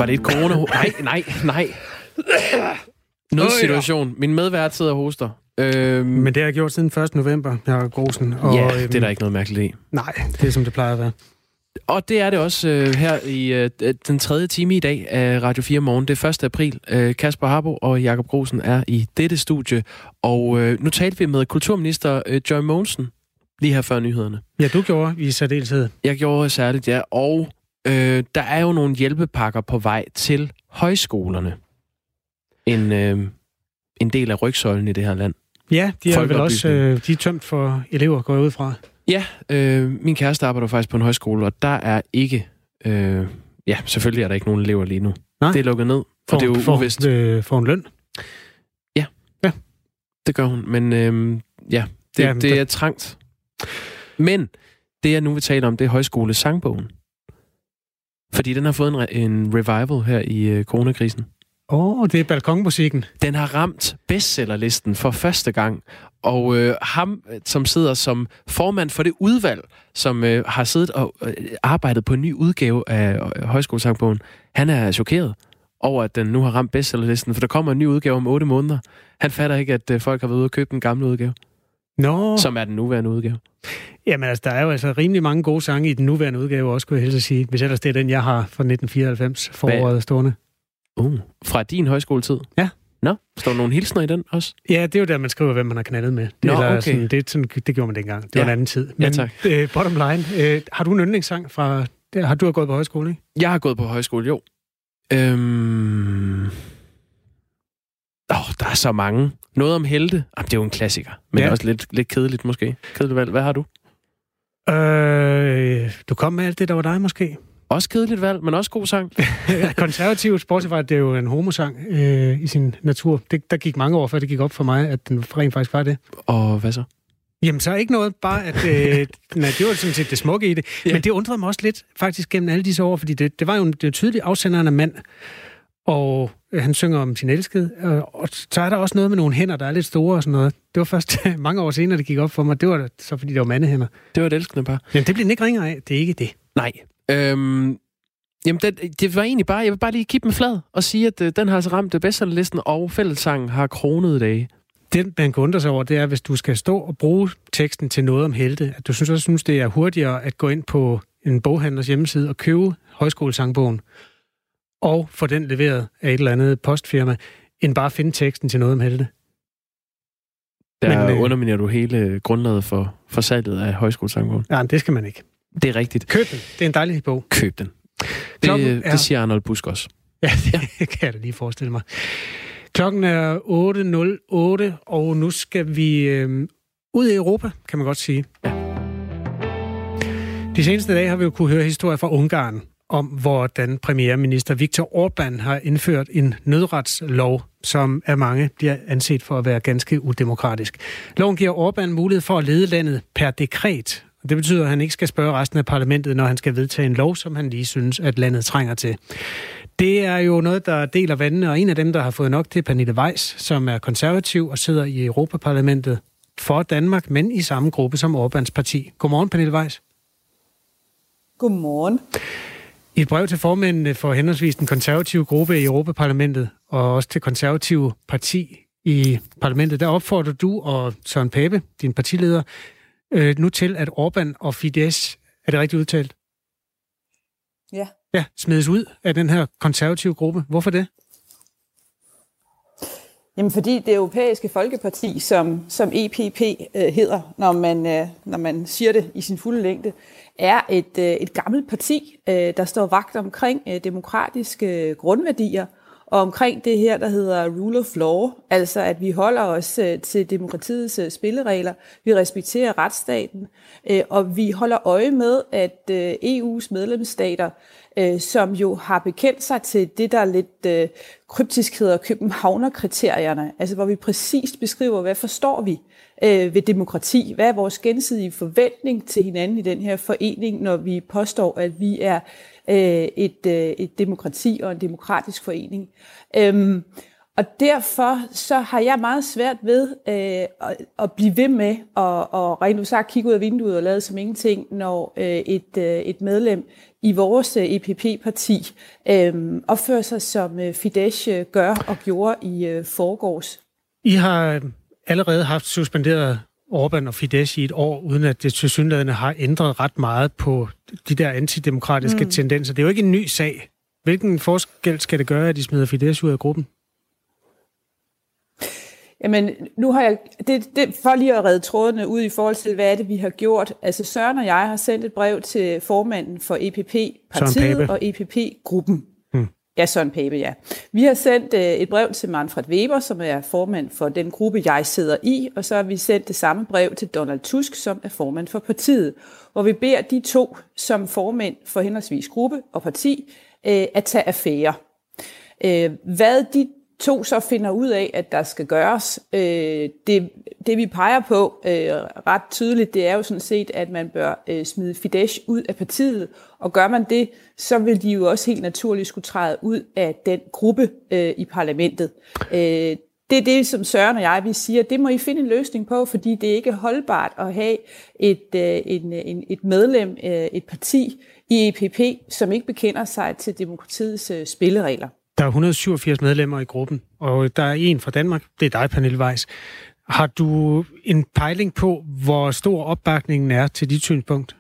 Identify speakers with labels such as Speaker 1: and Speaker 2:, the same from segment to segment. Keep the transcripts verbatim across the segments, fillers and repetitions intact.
Speaker 1: Var det et corona? Nej, nej, nej. Nødsituation. Min medvært sidder og hoster. Øhm,
Speaker 2: Men det har jeg gjort siden første november, Jacob Grosen. Og,
Speaker 1: ja, det er der ikke noget mærkeligt i.
Speaker 2: Nej, det er som det plejer at være.
Speaker 1: Og det er det også øh, her i øh, den tredje time i dag af Radio fire Morgen. Det er første april. Øh, Kasper Harbo og Jacob Grosen er i dette studie. Og øh, nu talte vi med kulturminister øh, Joy Mogensen lige her før nyhederne.
Speaker 2: Ja, du gjorde i særdeleshed.
Speaker 1: Jeg gjorde særligt, ja. Og øh, der er jo nogle hjælpepakker på vej til højskolerne. En, øh, en del af rygsøjlen i det her land.
Speaker 2: Ja, de er vel også øh, de er tømt for elever, går jeg ud fra.
Speaker 1: Ja, øh, min kæreste arbejder faktisk på en højskole, og der er ikke... Øh, ja, selvfølgelig er der ikke nogen elever lige nu.
Speaker 2: Nej.
Speaker 1: Det er lukket ned,
Speaker 2: for,
Speaker 1: og det er jo
Speaker 2: for,
Speaker 1: uvist.
Speaker 2: Øh, for en løn?
Speaker 1: Ja,
Speaker 2: ja. Det
Speaker 1: gør hun. Men øh, ja, det, ja, det er trængt. Men det, jeg nu vil tale om, det er højskolesangbogen. Fordi den har fået en, en revival her i øh, coronakrisen.
Speaker 2: Åh, oh, det er balkonmusikken.
Speaker 1: Den har ramt bestsellerlisten for første gang. Og øh, ham, som sidder som formand for det udvalg, som øh, har siddet og øh, arbejdet på en ny udgave af øh, højskolesangbogen, han er chokeret over, at den nu har ramt bestsellerlisten, for der kommer en ny udgave om otte måneder. Han fatter ikke, at øh, folk har været ude og købe den gamle udgave.
Speaker 2: Nå.
Speaker 1: Som er den nuværende udgave.
Speaker 2: Jamen altså, der er jo altså rimelig mange gode sange i den nuværende udgave, også kunne jeg helst sige. Hvis ellers det er den, jeg har fra nitten fireoghalvfems foråret stående.
Speaker 1: Uh, fra din højskoletid?
Speaker 2: Ja.
Speaker 1: Nå, står der nogle hilsner i den også?
Speaker 2: Ja, det er jo der, man skriver, hvem man har knaldet med.
Speaker 1: Nå,
Speaker 2: Eller
Speaker 1: okay.
Speaker 2: Sådan, det, sådan, det gjorde man dengang. Det
Speaker 1: ja.
Speaker 2: var en anden tid. Men
Speaker 1: ja, tak.
Speaker 2: Øh, bottom line, øh, har du en yndlingssang fra... Der, har du gået på højskole, ikke?
Speaker 1: Jeg har gået på højskole, jo. Øhm... Oh, der er så mange. Noget om helte. Jamen, det er jo en klassiker. Men ja. Også lidt, lidt kedeligt måske. Kedeligt valg. Hvad har du?
Speaker 2: Øh, du kom med alt det, der var dig måske.
Speaker 1: Også kedeligt valg, men også god sang.
Speaker 2: Konservativt, bortset fra, at det er jo en homosang øh, i sin natur. Det, der gik mange år, før det gik op for mig, at den rent faktisk var det.
Speaker 1: Og hvad så?
Speaker 2: Jamen, så er ikke noget, bare at... Øh, nej, det var sådan set det smukke i det. Ja. Men det undrede mig også lidt, faktisk, gennem alle disse år, fordi det, det var jo en det tydelige afsenderen af mand, og øh, han synger om sin elskede, og, og så er der også noget med nogle hænder, der er lidt store og sådan noget. Det var først mange år senere, det gik op for mig. Det var så, fordi det var mandehænder.
Speaker 1: Det var et elskende par.
Speaker 2: Men det bliver den ikke ringer af. Det er ikke det.
Speaker 1: Nej. Øhm, jamen, det, det var egentlig bare... Jeg vil bare lige kippe med flad og sige, at øh, den har altså ramt bestsellerlisten, og fællessangen har kronet dage.
Speaker 2: Det, man kan undre sig over, det er, hvis du skal stå og bruge teksten til noget om helte, at du synes også synes, det er hurtigere at gå ind på en boghandlers hjemmeside og købe højskolesangbogen, og få den leveret af et eller andet postfirma, end bare finde teksten til noget om helte.
Speaker 1: Der Men, øh, underminerer du hele grundlaget for, for salget af højskolesangbogen.
Speaker 2: Ja, det skal man ikke.
Speaker 1: Det er rigtigt.
Speaker 2: Køb den. Det er en dejlig bog.
Speaker 1: Køb den. Det, er... det siger Arnold Busk også.
Speaker 2: Ja, det ja. kan jeg da lige forestille mig. Klokken er otte nul otte, og nu skal vi øh, ud i Europa, kan man godt sige. Ja. De seneste dage har vi jo kunne høre historier fra Ungarn om, hvordan premierminister Viktor Orbán har indført en nødretslov, som af mange bliver anset for at være ganske udemokratisk. Loven giver Orbán mulighed for at lede landet per dekret. Det betyder, at han ikke skal spørge resten af parlamentet, når han skal vedtage en lov, som han lige synes, at landet trænger til. Det er jo noget, der deler vandene, og en af dem, der har fået nok, det er Pernille Weiss, som er konservativ og sidder i Europaparlamentet for Danmark, men i samme gruppe som Orbáns parti. Godmorgen, Pernille Weiss.
Speaker 3: Godmorgen.
Speaker 2: I et brev til formændene for henholdsvis den konservative gruppe i Europaparlamentet og også til konservative parti i parlamentet, der opfordrer du og Søren Pape, din partileder, øh, nu til, at Orbán og Fidesz, er det rigtigt udtalt?
Speaker 3: Ja.
Speaker 2: Ja, smides ud af den her konservative gruppe. Hvorfor det?
Speaker 3: Jamen fordi det europæiske folkeparti, som, som E P P øh, hedder, når man, øh, når man siger det i sin fulde længde, er et, øh, et gammelt parti, øh, der står vagt omkring øh, demokratiske grundværdier, og omkring det her, der hedder rule of law, altså at vi holder os øh, til demokratiets øh, spilleregler, vi respekterer retsstaten, øh, og vi holder øje med, at øh, E U's medlemsstater, øh, som jo har bekendt sig til det, der lidt øh, kryptisk hedder Københavner-kriterierne, altså hvor vi præcist beskriver, hvad forstår vi øh, ved demokrati, hvad er vores gensidige forventning til hinanden i den her forening, når vi påstår, at vi er øh, et, øh, et demokrati og en demokratisk forening. Øhm, Og derfor så har jeg meget svært ved øh, at, at blive ved med at og rent ud sagt kigge ud af vinduet og lade som ingenting, når øh, et, øh, et medlem i vores øh, E P P-parti øh, opfører sig, som øh, Fidesz øh, gør og gjorde i øh, forgårs.
Speaker 2: I har allerede haft suspenderet Orbán og Fidesz i et år, uden at det tilsyneladende har ændret ret meget på de der antidemokratiske mm. tendenser. Det er jo ikke en ny sag. Hvilken forskel skal det gøre, at de smider Fidesz ud af gruppen?
Speaker 3: Jamen, nu har jeg, det, det, for lige at redde trådene ud i forhold til, hvad er det, vi har gjort. Altså, Søren og jeg har sendt et brev til formanden for E P P-partiet og E P P-gruppen. Hmm. Ja, Søren Pape, ja. Vi har sendt uh, et brev til Manfred Weber, som er formand for den gruppe, jeg sidder i, og så har vi sendt det samme brev til Donald Tusk, som er formand for partiet, hvor vi beder de to som formænd for henholdsvis gruppe og parti uh, at tage affære. Uh, hvad de to så finder ud af, at der skal gøres. Øh, det, det vi peger på øh, ret tydeligt, det er jo sådan set, at man bør øh, smide Fidesz ud af partiet, og gør man det, så vil de jo også helt naturligt skulle træde ud af den gruppe øh, i parlamentet. Øh, det er det, som Søren og jeg vi siger, det må I finde en løsning på, fordi det er ikke holdbart at have et, øh, en, en, et medlem, øh, et parti i E P P, som ikke bekender sig til demokratiets øh, spilleregler.
Speaker 2: Der er et hundrede og syvogfirs medlemmer i gruppen, og der er en fra Danmark. Det er dig, Pernille Weiss. Har du en pejling på, hvor stor opbakningen er til dit synspunkt?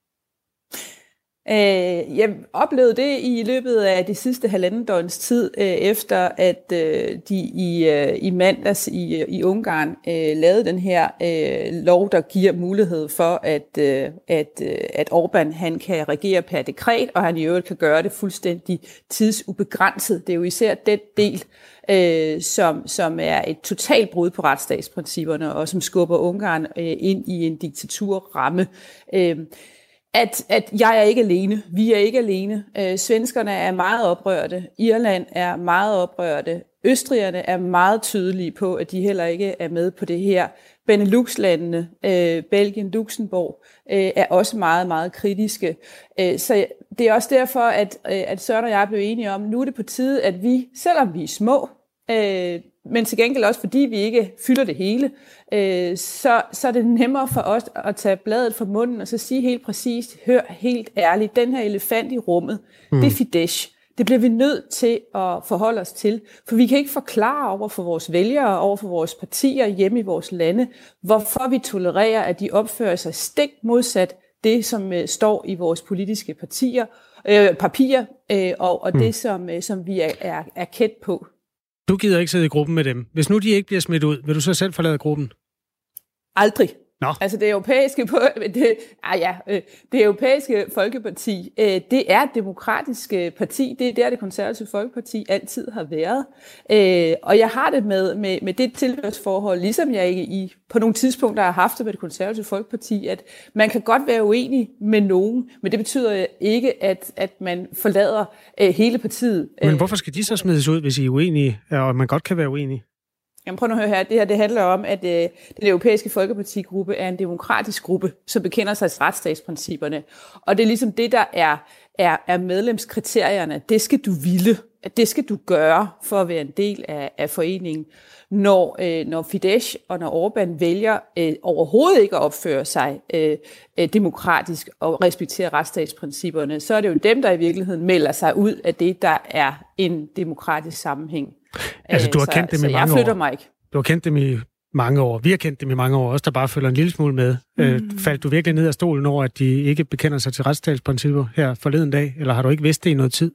Speaker 3: Øh, jeg oplevede det i løbet af de sidste halvanden døgns tid, øh, efter at øh, de i, øh, i mandags i, i Ungarn øh, lavede den her øh, lov, der giver mulighed for, at, øh, at, øh, at Orbán han kan regere per dekret, og han i øvrigt kan gøre det fuldstændig tidsubegrænset. Det er jo især den del, øh, som, som er et totalt brud på retsstatsprincipperne, og som skubber Ungarn øh, ind i en diktaturramme. Øh, At, at jeg er ikke alene. Vi er ikke alene. Øh, svenskerne er meget oprørte. Irland er meget oprørte. Østrigerne er meget tydelige på, at de heller ikke er med på det her. Benelux-landene, øh, Belgien, Luxembourg, øh, er også meget, meget kritiske. Øh, så det er også derfor, at, øh, at Søren og jeg blev enige om, nu er det på tide, at vi, selvom vi er små, øh, men til gengæld også fordi vi ikke fylder det hele, øh, så, så er det nemmere for os at tage bladet fra munden og så sige helt præcist, hør helt ærligt, den her elefant i rummet, mm. det er Fidesz. Det bliver vi nødt til at forholde os til, for vi kan ikke forklare over for vores vælgere, over for vores partier hjemme i vores lande, hvorfor vi tolererer, at de opfører sig stik modsat det, som øh, står i vores politiske partier, øh, papirer, øh, og, og mm. det, som, øh, som vi er, er, er kendt på.
Speaker 2: Du gider ikke sidde i gruppen med dem. Hvis nu de ikke bliver smidt ud, vil du så selv forlade gruppen?
Speaker 3: Aldrig.
Speaker 2: Nå.
Speaker 3: Altså det europæiske, det, ah ja, det europæiske folkeparti, det er et demokratisk parti. Det er der, det konservative folkeparti altid har været. Og jeg har det med, med, med det tilhørsforhold, ligesom jeg ikke i, på nogle tidspunkter har haft det med det konservative folkeparti, at man kan godt være uenig med nogen, men det betyder ikke, at, at man forlader hele partiet.
Speaker 2: Men hvorfor skal de så smides ud, hvis I er uenige, og man godt kan være uenige?
Speaker 3: Jamen prøv nu at høre her. Det her det handler om, at øh, den europæiske folkepartigruppe er en demokratisk gruppe, som bekender sig til retsstatsprincipperne. Og det er ligesom det, der er, er, er medlemskriterierne. Det skal du ville. Det skal du gøre for at være en del af, af foreningen. Når, øh, når Fidesz og når Orbán vælger øh, overhovedet ikke at opføre sig øh, øh, demokratisk og respektere retsstatsprincipperne, så er det jo dem, der i virkeligheden melder sig ud af det, der er en demokratisk sammenhæng.
Speaker 2: Altså, du har
Speaker 3: så,
Speaker 2: kendt dem i
Speaker 3: så
Speaker 2: mange år.
Speaker 3: jeg flytter mig ikke.
Speaker 2: Du har kendt dem i mange år. Vi har kendt dem i mange år. Også der bare følger en lille smule med. Mm. Øh, faldt du virkelig ned af stolen over, at de ikke bekender sig til retsstatsprincipper her forleden dag? Eller har du ikke vidst det i noget tid?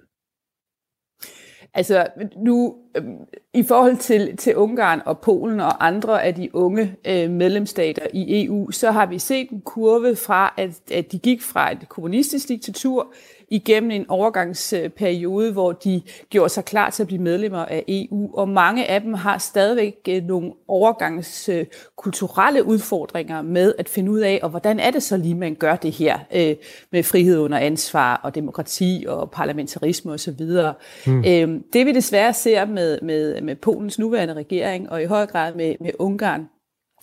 Speaker 3: Altså nu, øh, i forhold til, til Ungarn og Polen og andre af de unge øh, medlemsstater i E U, så har vi set en kurve fra, at, at de gik fra et kommunistisk diktatur igennem en overgangsperiode, hvor de gjorde sig klar til at blive medlemmer af E U, og mange af dem har stadigvæk øh, nogle overgangskulturelle øh, udfordringer med at finde ud af, og hvordan er det så lige, man gør det her øh, med frihed under ansvar og demokrati og parlamentarisme osv. Mm. Øh, det vi desværre ser med, med, med Polens nuværende regering, og i høj grad med, med Ungarn,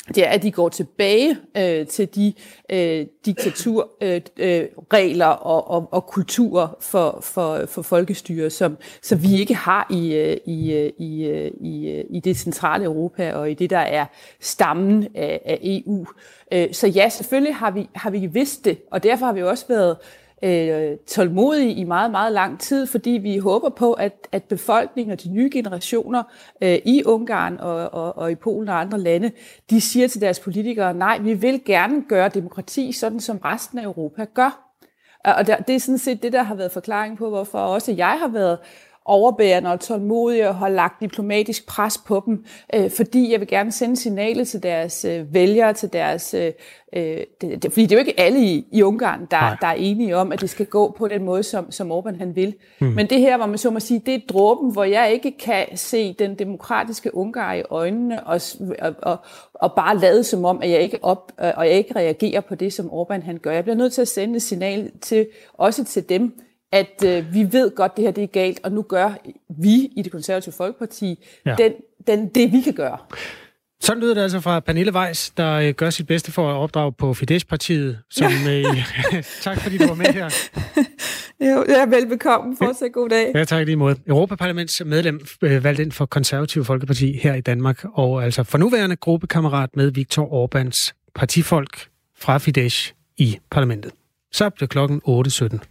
Speaker 3: det er, at de går tilbage øh, til de øh, diktaturregler øh, og, og, og kulturer for, for, for folkestyre, som, som vi ikke har i, i, i, i, i det centrale Europa og i det, der er stammen af, af E U. Så ja, selvfølgelig har vi, har vi vidst det, og derfor har vi også været øh, tålmodige i meget, meget lang tid, fordi vi håber på, at, at befolkningen og de nye generationer øh, i Ungarn og, og, og i Polen og andre lande, de siger til deres politikere, nej, vi vil gerne gøre demokrati sådan, som resten af Europa gør. Og der, det er sådan set det, der har været forklaring på, hvorfor også jeg har været overbærende og tålmodige og har lagt diplomatisk pres på dem, øh, fordi jeg vil gerne sende signalet til deres øh, vælgere, til deres, øh, det, det, fordi det er jo ikke alle i, i Ungarn, der, der er enige om, at det skal gå på den måde, som, som Orbán han vil. Mm. Men det her, hvor man så må sige, det er dråben, hvor jeg ikke kan se den demokratiske Ungarn i øjnene og, og, og, og bare lade som om, at jeg ikke op og jeg ikke reagerer på det, som Orbán han gør. Jeg bliver nødt til at sende et signal til, også til dem, at øh, vi ved godt, det her det er galt, og nu gør vi i Det Konservative Folkeparti ja. den, den, det, vi kan gøre.
Speaker 2: Sådan lyder det altså fra Pernille Weiss, der øh, gør sit bedste for at opdrage på Fidesz-partiet. Som, øh, tak fordi du var med her.
Speaker 3: Jo, jeg er velbekomme. Fortsat god dag.
Speaker 2: Ja, tak lige måde. Europaparlaments medlem øh, valgt ind for Konservative Folkeparti her i Danmark, og altså for nuværende gruppekammerat med Viktor Orbáns partifolk fra Fidesz i parlamentet. Så bliver klokken otte sytten.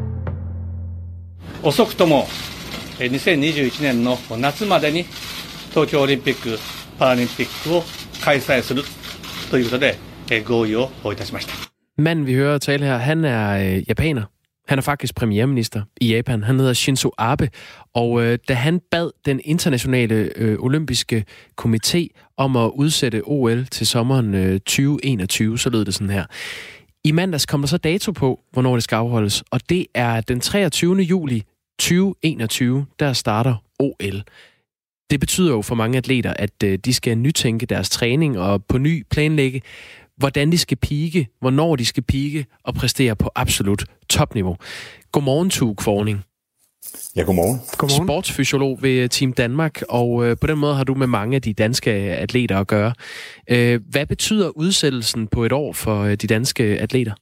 Speaker 4: 遅くともにせんにじゅういちねんの夏までに東京オリンピック・パラリンピックを開催するということで合意をいたしました。
Speaker 1: Manden, vi hører tale her, han er øh, japaner. Han er faktisk premierminister i Japan. Han hedder Shinzo Abe. Og øh, da han bad den internationale øh, olympiske komité om at udsætte O L til sommeren øh, tyve enogtyve, så lød det sådan her. I mandags kom der så dato på, hvornår det skal afholdes, og det er den treogtyvende juli tyve enogtyve, der starter O L. Det betyder jo for mange atleter, at de skal nytænke deres træning og på ny planlægge, hvordan de skal pike, hvornår de skal pike og præstere på absolut topniveau. Godmorgen, Tue Kvorning.
Speaker 5: Ja, godmorgen.
Speaker 2: Godmorgen.
Speaker 1: Sportsfysiolog ved Team Danmark, og øh, på den måde har du med mange af de danske atleter at gøre. Øh, hvad betyder udsættelsen på et år for øh, de danske atleter?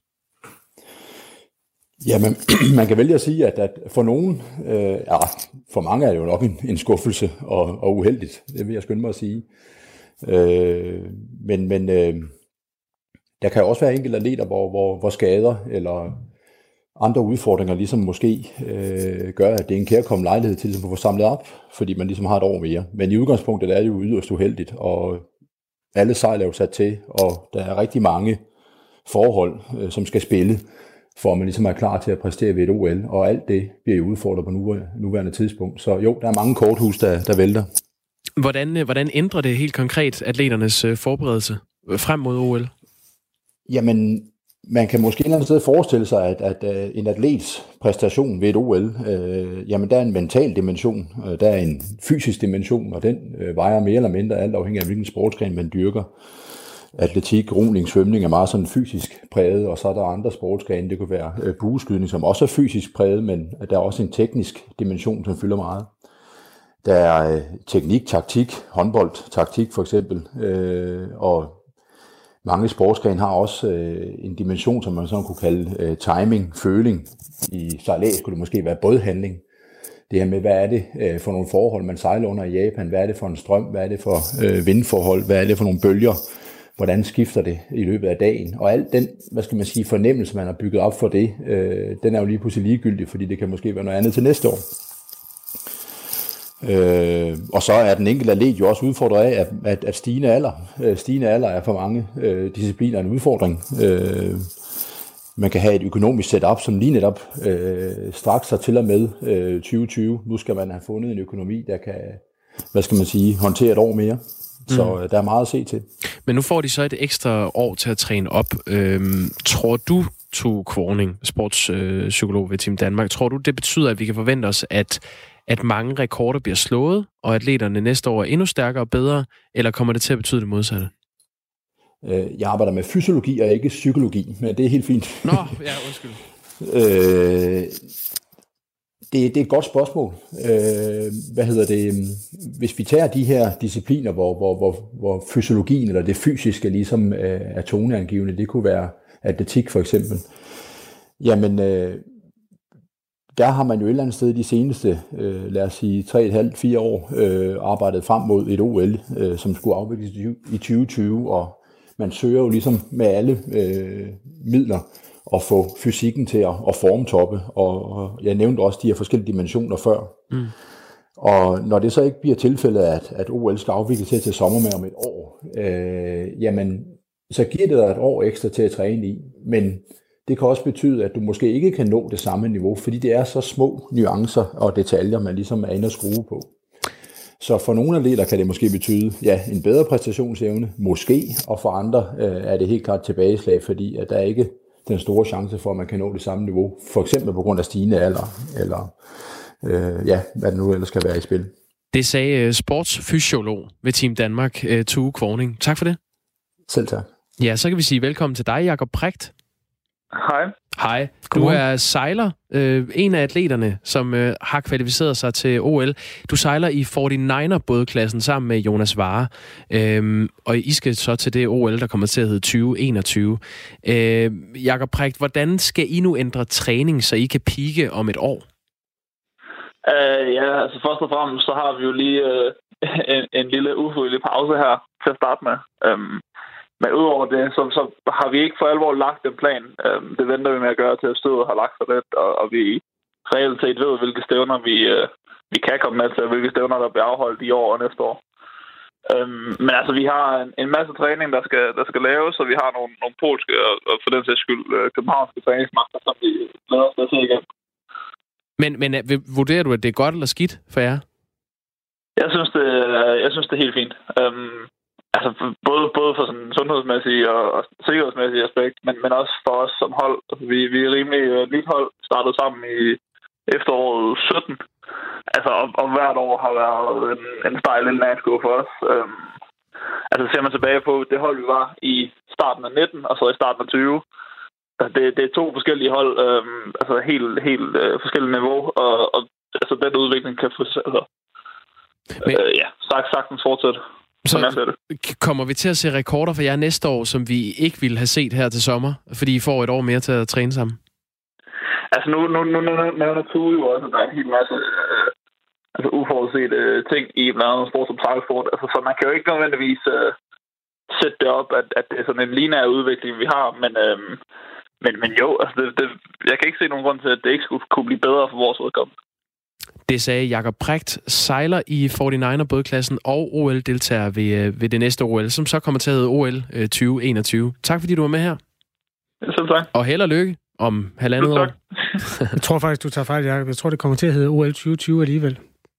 Speaker 5: Jamen, man kan vælge at sige, at, at for nogen, øh, ja, for mange er det jo nok en, en skuffelse og, og uheldigt. Det vil jeg skynde mig at sige. Øh, men men øh, der kan jo også være enkelte atleter, hvor, hvor, hvor skader eller andre udfordringer ligesom måske øh, gør, at det er en kærkommen lejlighed til at få samlet op, fordi man ligesom har et år mere. Men i udgangspunktet er det jo yderst uheldigt, og alle sejl er jo sat til, og der er rigtig mange forhold, øh, som skal spille, for at man ligesom er klar til at præstere ved et O L, og alt det bliver jo udfordret på nuværende tidspunkt. Så jo, der er mange korthus, der, der vælter.
Speaker 1: Hvordan, hvordan ændrer det helt konkret atleternes forberedelse frem mod O L?
Speaker 5: Jamen, man kan måske et eller andet sted forestille sig, at, at en atlets præstation ved et O L, øh, jamen der er en mental dimension, øh, der er en fysisk dimension, og den øh, vejer mere eller mindre alt afhængig af, hvilken sportsgren man dyrker. Atletik, roning, svømning er meget sådan fysisk præget, og så er der andre sportsgrene, det kunne være øh, bueskydning, som også er fysisk præget, men der er også en teknisk dimension, som fylder meget. Der er øh, teknik, taktik, håndbold, taktik for eksempel, øh, og mange sportsgrene har også øh, en dimension, som man sådan kunne kalde øh, timing, føling. I sejlads kunne det måske være bådhandling. Det her med, hvad er det øh, for nogle forhold, man sejler under i Japan? Hvad er det for en strøm? Hvad er det for øh, vindforhold? Hvad er det for nogle bølger? Hvordan skifter det i løbet af dagen? Og alt den, hvad skal man sige, fornemmelse, man har bygget op for det, øh, den er jo lige pludselig ligegyldig, fordi det kan måske være noget andet til næste år. Øh, og så er den enkelte atlet jo også udfordret af, at, at, at stigende alder, øh, stigende alder er for mange øh, discipliner en udfordring. Øh, man kan have et økonomisk setup, som lige netop øh, straks sig til og med øh, tyve tyve. Nu skal man have fundet en økonomi, der kan, hvad skal man sige, håndtere et år mere. Så mm. der er meget at se til.
Speaker 1: Men nu får de så et ekstra år til at træne op. Øhm, tror du, Tue Kvorning, sportspsykolog øh, ved Team Danmark, tror du, det betyder, at vi kan forvente os, at at mange rekorder bliver slået, og atleterne næste år er endnu stærkere og bedre, eller kommer det til at betyde det modsatte?
Speaker 5: Jeg arbejder med fysiologi og ikke psykologi, men det er helt fint.
Speaker 1: Nå, ja, undskyld.
Speaker 5: øh, det, det er et godt spørgsmål. Øh, hvad hedder det? Hvis vi tager de her discipliner, hvor, hvor, hvor, hvor fysiologien eller det fysiske ligesom øh, er toneangivende, det kunne være atletik for eksempel, jamen øh, der har man jo et eller andet sted de seneste, øh, lad os sige, tre komma fem til fire år øh, arbejdet frem mod et O L, øh, som skulle afvikles i tyve tyve, og man søger jo ligesom med alle øh, midler at få fysikken til at, at formtoppe, og, og jeg nævnte også de her forskellige dimensioner før. Mm. Og når det så ikke bliver tilfældet, at, at O L skal afvikles her til sommer med om et år, øh, jamen så giver det dig et år ekstra til at træne i, men det kan også betyde, at du måske ikke kan nå det samme niveau, fordi det er så små nuancer og detaljer, man ligesom er inde og skrue på. Så for nogle atleter kan det måske betyde, ja, en bedre præstationsevne, måske, og for andre øh, er det helt klart tilbageslag, fordi at der er ikke den store chance for, at man kan nå det samme niveau, for eksempel på grund af stigende alder, eller øh, ja, hvad det nu ellers skal være i spil.
Speaker 1: Det sagde sportsfysiolog ved Team Danmark, Tue Kvorning. Tak for det.
Speaker 5: Selv tak.
Speaker 1: Ja, så kan vi sige velkommen til dig, Jakob Precht.
Speaker 6: Hej.
Speaker 1: Hej. Du er sejler, øh, en af atleterne, som øh, har kvalificeret sig til O L. Du sejler i forty-niner-bådklassen sammen med Jonas Warre, øh, og I skal så til det O L, der kommer til at hedde tyve enogtyve. Øh, Jakob Precht, hvordan skal I nu ændre træning, så I kan peake om et år?
Speaker 6: Uh, ja, altså først og fremmest, så har vi jo lige uh, en, en lille ufrivillig pause her til at starte med. Um, Men udover det, så, så har vi ikke for alvor lagt en plan. Øhm, det venter vi med at gøre til, at stødet har lagt sig lidt, og, og vi reelt set ved, hvilke stævner vi, øh, vi kan komme med til, hvilke stævner, der bliver afholdt i år og næste år. Øhm, men altså, vi har en, en masse træning, der skal, der skal laves, og vi har nogle, nogle polske og, og for den sags skyld øh, københavnske træningsmagter, som vi glæder os til at se igen.
Speaker 1: Men, men vurderer du, at det er godt eller skidt for jer?
Speaker 6: Jeg synes, det, jeg synes, det er helt fint. Øhm, Altså både, både for sådan sundhedsmæssig og, og sikkerhedsmæssig aspekt, men, men også for os som hold. Altså, vi, vi er rimelig uh, nyt hold, startet sammen i efteråret sytten. Altså, og, og hvert år har været en, en stejl indlæringskurve for os. Um, altså ser man tilbage på det hold, vi var i starten af nitten, og så i starten af tyve. Altså, det, det er to forskellige hold, um, altså helt, helt uh, forskellige niveau, og, og altså, den udvikling kan få altså, men... uh, ja, sagt, sagtens fortsætte.
Speaker 1: Så kommer vi til at se rekorder for jer næste år, som vi ikke ville have set her til sommer, fordi I får et år mere til at træne sammen?
Speaker 6: Altså nu, nu, nu nævner Tue jo også, at der er en hel masse øh, altså uforudsete øh, ting i blandt andet sport som træksport. Altså, så man kan jo ikke nødvendigvis øh, sætte det op, at, at det er sådan en lineær udvikling, vi har. Men, øh, men, men jo, altså det, det, jeg kan ikke se nogen grund til, at det ikke skulle kunne blive bedre for vores udkommende.
Speaker 1: Det sagde Jakob Precht, sejler i forty-niner-bådklassen og O L-deltager ved, ved det næste O L, som så kommer til at hedde O L tyve enogtyve. Tak fordi du var med her.
Speaker 6: Selv tak.
Speaker 1: Og held og lykke om halvandet år.
Speaker 2: Jeg tror faktisk, du tager fejl, Jacob. Jeg tror, det kommer til at hedde O L tyve tyve alligevel.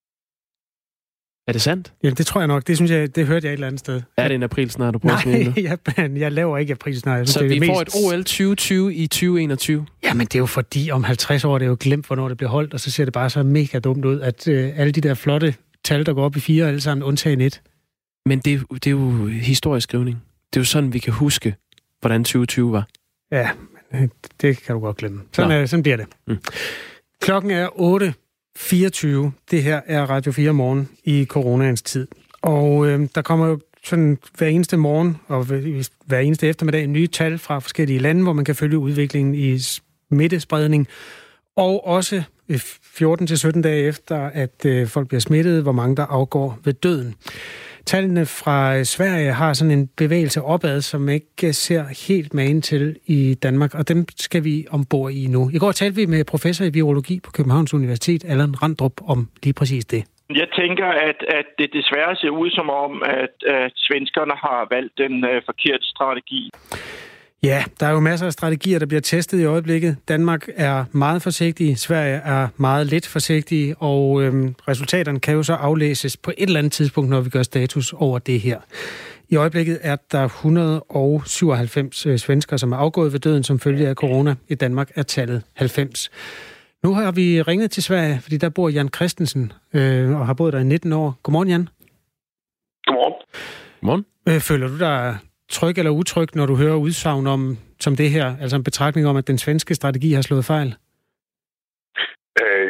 Speaker 1: Er det sandt?
Speaker 2: Jamen, det tror jeg nok. Det synes jeg, det hørte jeg et eller andet sted.
Speaker 1: Er det en aprilsnar, du prøver at smide?
Speaker 2: Nej, jeg, jeg laver ikke aprilsnar.
Speaker 1: Så vi får mest... et O L tyve tyve i tyve enogtyve?
Speaker 2: Jamen, det er jo fordi, om halvtreds år, det er jo glemt, hvornår det bliver holdt, og så ser det bare så mega dumt ud, at øh, alle de der flotte tal, der går op i fire, alle sammen undtagen et.
Speaker 1: Men det, det er jo historisk skrivning. Det er jo sådan, vi kan huske, hvordan tyve tyve var.
Speaker 2: Ja, det kan du godt glemme. Sådan, er, sådan bliver det. Mm. Klokken er otte fireogtyve. Det her er Radio fire Morgen i coronaens tid. Og øh, der kommer jo sådan hver eneste morgen og hver eneste eftermiddag nye tal fra forskellige lande, hvor man kan følge udviklingen i smittespredning. Og også fjorten til sytten dage efter, at øh, folk bliver smittet, hvor mange der afgår ved døden. Tallene fra Sverige har sådan en bevægelse opad, som ikke ser helt magen til i Danmark, og dem skal vi ombord i nu. I går talte vi med professor i virologi på Københavns Universitet, Allan Randrup, om lige præcis det.
Speaker 7: Jeg tænker, at, at det desværre ser ud som om, at, at svenskerne har valgt den øh, forkerte strategi.
Speaker 2: Ja, der er jo masser af strategier, der bliver testet i øjeblikket. Danmark er meget forsigtig, Sverige er meget lidt forsigtig, og øhm, resultaterne kan jo så aflæses på et eller andet tidspunkt, når vi gør status over det her. I øjeblikket er der et hundrede og syvoghalvfems øh, svensker, som er afgået ved døden som følge af corona. I Danmark er tallet halvfems. Nu har vi ringet til Sverige, fordi der bor Jan Christensen, øh, og har boet der i nitten år. Godmorgen, Jan.
Speaker 6: Godmorgen.
Speaker 1: Godmorgen.
Speaker 2: Øh, føler du dig tryg eller utryg, når du hører udsagn om som det her, altså en betragtning om, at den svenske strategi har slået fejl?
Speaker 8: Øh,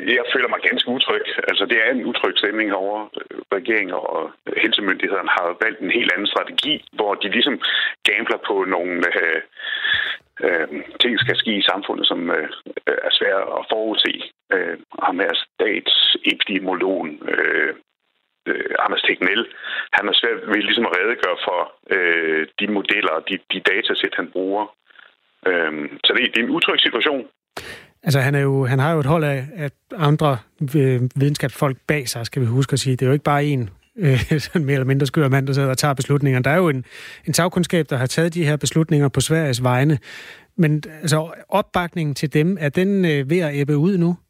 Speaker 8: jeg føler mig ganske utryg. Altså, det er en utryg stemning over regeringen, og helsemyndighederne har valgt en helt anden strategi, hvor de ligesom gambler på nogle øh, øh, ting, der skal ske i samfundet, som øh, er svære at forudse. Øh, ham her statsepidemiologen, øh, øh, Anders Tegnell, han er svært ved ligesom at redegøre for øh, de modeller og de, de datasæt, han bruger. Øh, så det, det er en utryg situation.
Speaker 2: Altså, han, er jo, han har jo et hold af, at andre videnskabsfolk bag sig, skal vi huske at sige. Det er jo ikke bare en øh, sådan mere eller mindre skør mand, der sidder og tager beslutninger. Der er jo en, en sagkundskab, der har taget de her beslutninger på Sveriges vegne. Men altså, opbakningen til dem, er den øh, ved at ebbe ud nu?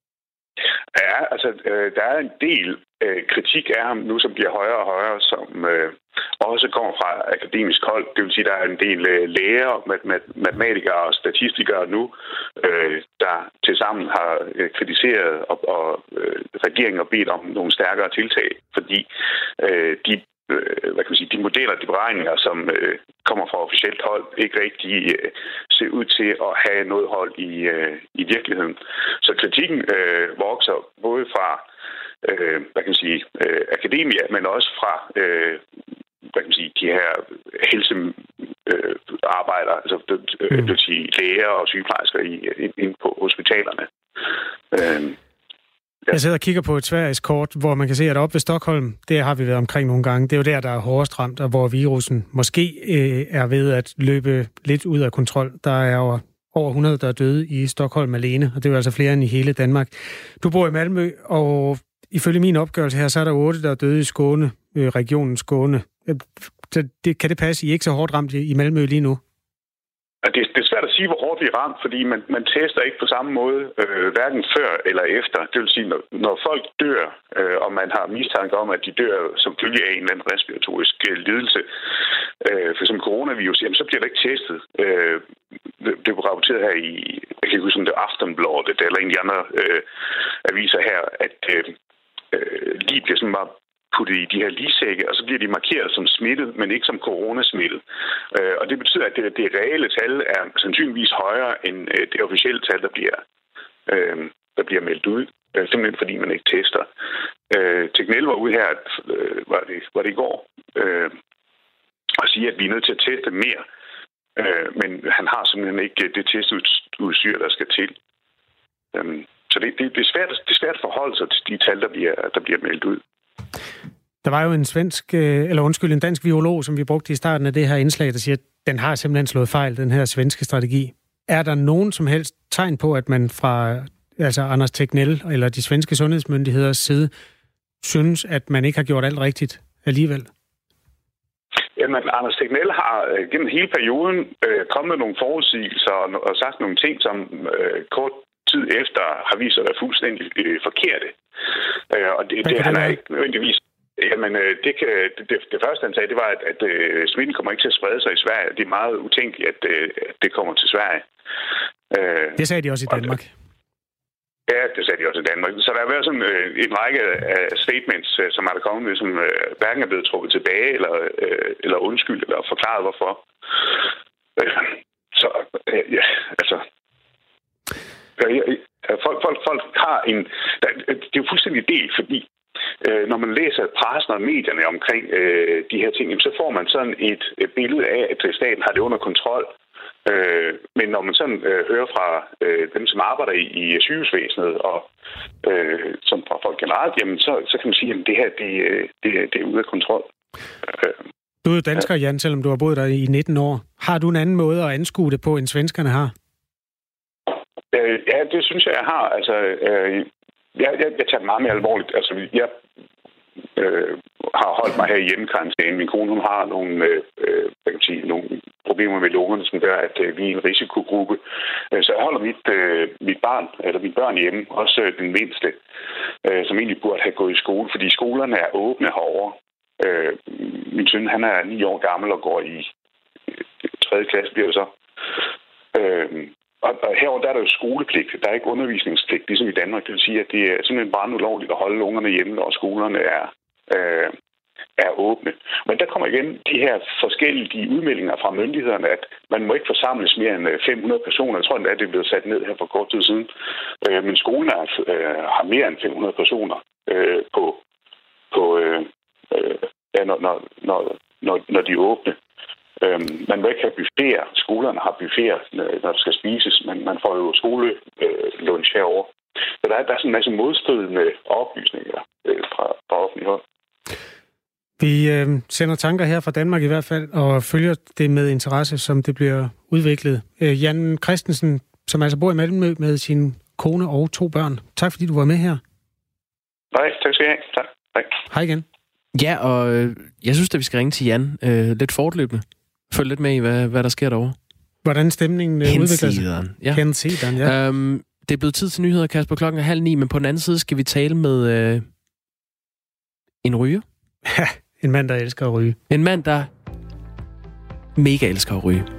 Speaker 8: Ja, altså, øh, der er en del øh, kritik af ham nu, som bliver højere og højere, som øh, også kommer fra akademisk hold. Det vil sige, at der er en del øh, læger, mat- mat- matematikere og statistikere nu, øh, der tilsammen har øh, kritiseret og, og øh, regeringen har bedt om nogle stærkere tiltag, fordi øh, de hvad kan man sige, de modeller, de beregninger, som øh, kommer fra officielt hold, ikke rigtig øh, ser ud til at have noget hold i, øh, i virkeligheden. Så kritikken øh, vokser både fra øh, hvad kan man sige, øh, akademia, men også fra øh, hvad kan man sige, de her helsearbejdere, øh, altså det, øh, det vil sige læger og sygeplejersker i, inde på hospitalerne. Øh,
Speaker 2: Jeg sidder og kigger på et Sveriges kort, hvor man kan se, at oppe ved Stockholm, det har vi været omkring nogle gange, det er jo der, der er hårdest ramt, og hvor virusen måske øh, er ved at løbe lidt ud af kontrol. Der er over, over hundrede, der er døde i Stockholm alene, og det er jo altså flere end i hele Danmark. Du bor i Malmø, og ifølge min opgørelse her, så er der otte, der er døde i Skåne, øh, regionen Skåne. Så det, kan det passe, I er ikke så hårdt ramt i Malmø lige nu?
Speaker 8: Det, det er svært at sige, hvor hårdt vi er ramt, fordi man, man tester ikke på samme måde, øh, hverken før eller efter. Det vil sige, når, når folk dør, øh, og man har mistanke om, at de dør som følge af en eller anden respiratorisk øh, lidelse, øh, for som coronavirus, jamen, så bliver det ikke testet. Øh, det, det var rapporteret her i, jeg kan ikke huske, om det er Aftonbladet eller en af de andre øh, aviser her, at øh, øh, lige bliver sådan bare puttet i de her ligsække, og så bliver de markeret som smittet, men ikke som coronasmittet. Øh, og det betyder, at det, det reelle tal er sandsynligvis højere end øh, det officielle tal, der bliver, øh, der bliver meldt ud. Øh, simpelthen fordi man ikke tester. Øh, Tegnell var ude her, øh, var, det, var det i går, øh, og sige, at vi er nødt til at teste mere. Øh, men han har simpelthen ikke det testudstyr, der skal til. Øh, så det, det, det, er svært, det er svært at forholde sig til de tal, der bliver, der bliver meldt ud.
Speaker 2: Der var jo en svensk, eller undskyld, en dansk virolog, som vi brugte i starten af det her indslag, der siger, at den har simpelthen slået fejl, den her svenske strategi. Er der nogen som helst tegn på, at man fra altså Anders Tegnell eller de svenske sundhedsmyndigheders side synes, at man ikke har gjort alt rigtigt alligevel?
Speaker 8: Jamen, Anders Tegnell har gennem hele perioden øh, kommet med nogle forudsigelser og, og sagt nogle ting, som øh, kort tid efter har vist sig at være fuldstændig øh, forkerte. Øh, og det, det, det han er ikke nødvendigvis. Jamen, øh, det, kan, det, det første, han sagde, det var, at, at øh, smitten kommer ikke til at sprede sig i Sverige. Det er meget utænkeligt, at, øh, at det kommer til Sverige. Øh,
Speaker 2: det sagde de også i Danmark.
Speaker 8: Og, ja, det sagde de også i Danmark. Så der har været sådan øh, en række af statements, øh, som er der kommet med, som øh, hverken er blevet trukket tilbage, eller, øh, eller undskyld, eller forklaret hvorfor. Øh, så, øh, ja, altså... Folk, folk, folk har en... Det er jo fuldstændig del, fordi øh, når man læser pressen og medierne omkring øh, de her ting, så får man sådan et, et billede af, at staten har det under kontrol. Øh, men når man sådan øh, hører fra øh, dem, som arbejder i, i sygehusvæsenet og øh, som fra folk generelt, jamen, så, så kan man sige, at det her det, det, det er ude af kontrol. Øh,
Speaker 2: du er jo dansker, Jan, selvom du har boet der i nitten år. Har du en anden måde at anskue det på, end svenskerne har?
Speaker 8: Øh, ja, det synes jeg, jeg har. Altså, øh, jeg, jeg, jeg tager det meget mere alvorligt. Altså, jeg øh, har holdt mig her i hjemmekarantæne. Min kone, hun har nogle, øh, hvad kan man sige, nogle problemer med lungerne, som gør, at øh, vi er en risikogruppe. Øh, så jeg holder mit, øh, mit barn, eller mine børn hjemme, også øh, den mindste, øh, som egentlig burde have gået i skole, fordi skolerne er åbne herovre. Øh, min søn, han er ni år gammel og går i tredje klasse, bliver det så. Øh, Og, og herover der er der jo skolepligt. Der er ikke undervisningspligt, ligesom i Danmark. Det vil sige, at det er simpelthen bare ulovligt at holde ungerne hjemme, når skolerne er, øh, er åbne. Men der kommer igen de her forskellige udmeldinger fra myndighederne, at man må ikke forsamles mere end fem hundrede personer. Jeg tror endda, det er blevet sat ned her for kort tid siden. Men skolen altså, øh, har mere end fem hundrede personer øh, på, på øh, øh, ja, når, når, når, når, når de er åbne. Øh, man må ikke have buffeter. Skolerne har buffeter, når der skal spises, men man får jo skolelunch øh, herovre. Så der er, der er sådan en masse modstridende oplysninger øh, fra, fra offentlig hold.
Speaker 2: Vi øh, sender tanker her fra Danmark i hvert fald, og følger det med interesse, som det bliver udviklet. Øh, Jan Christensen, som altså bor i Malmø med sin kone og to børn. Tak fordi du var med her.
Speaker 8: Nej, tak skal I have. Tak. Hej.
Speaker 2: Hej igen.
Speaker 1: Ja, og øh, jeg synes, at vi skal ringe til Jan øh, lidt fortløbende. Følg lidt med i, hvad, hvad der sker derovre.
Speaker 2: Hvordan stemningen øh, udvikler sig.
Speaker 1: Ja.
Speaker 2: Hensideren, ja. Øhm,
Speaker 1: det er blevet tid til nyheder, Kasper, klokken er halv ni, men på den anden side skal vi tale med øh, en ryger.
Speaker 2: Ja, en mand, der elsker at ryge.
Speaker 1: En mand, der mega elsker at ryge.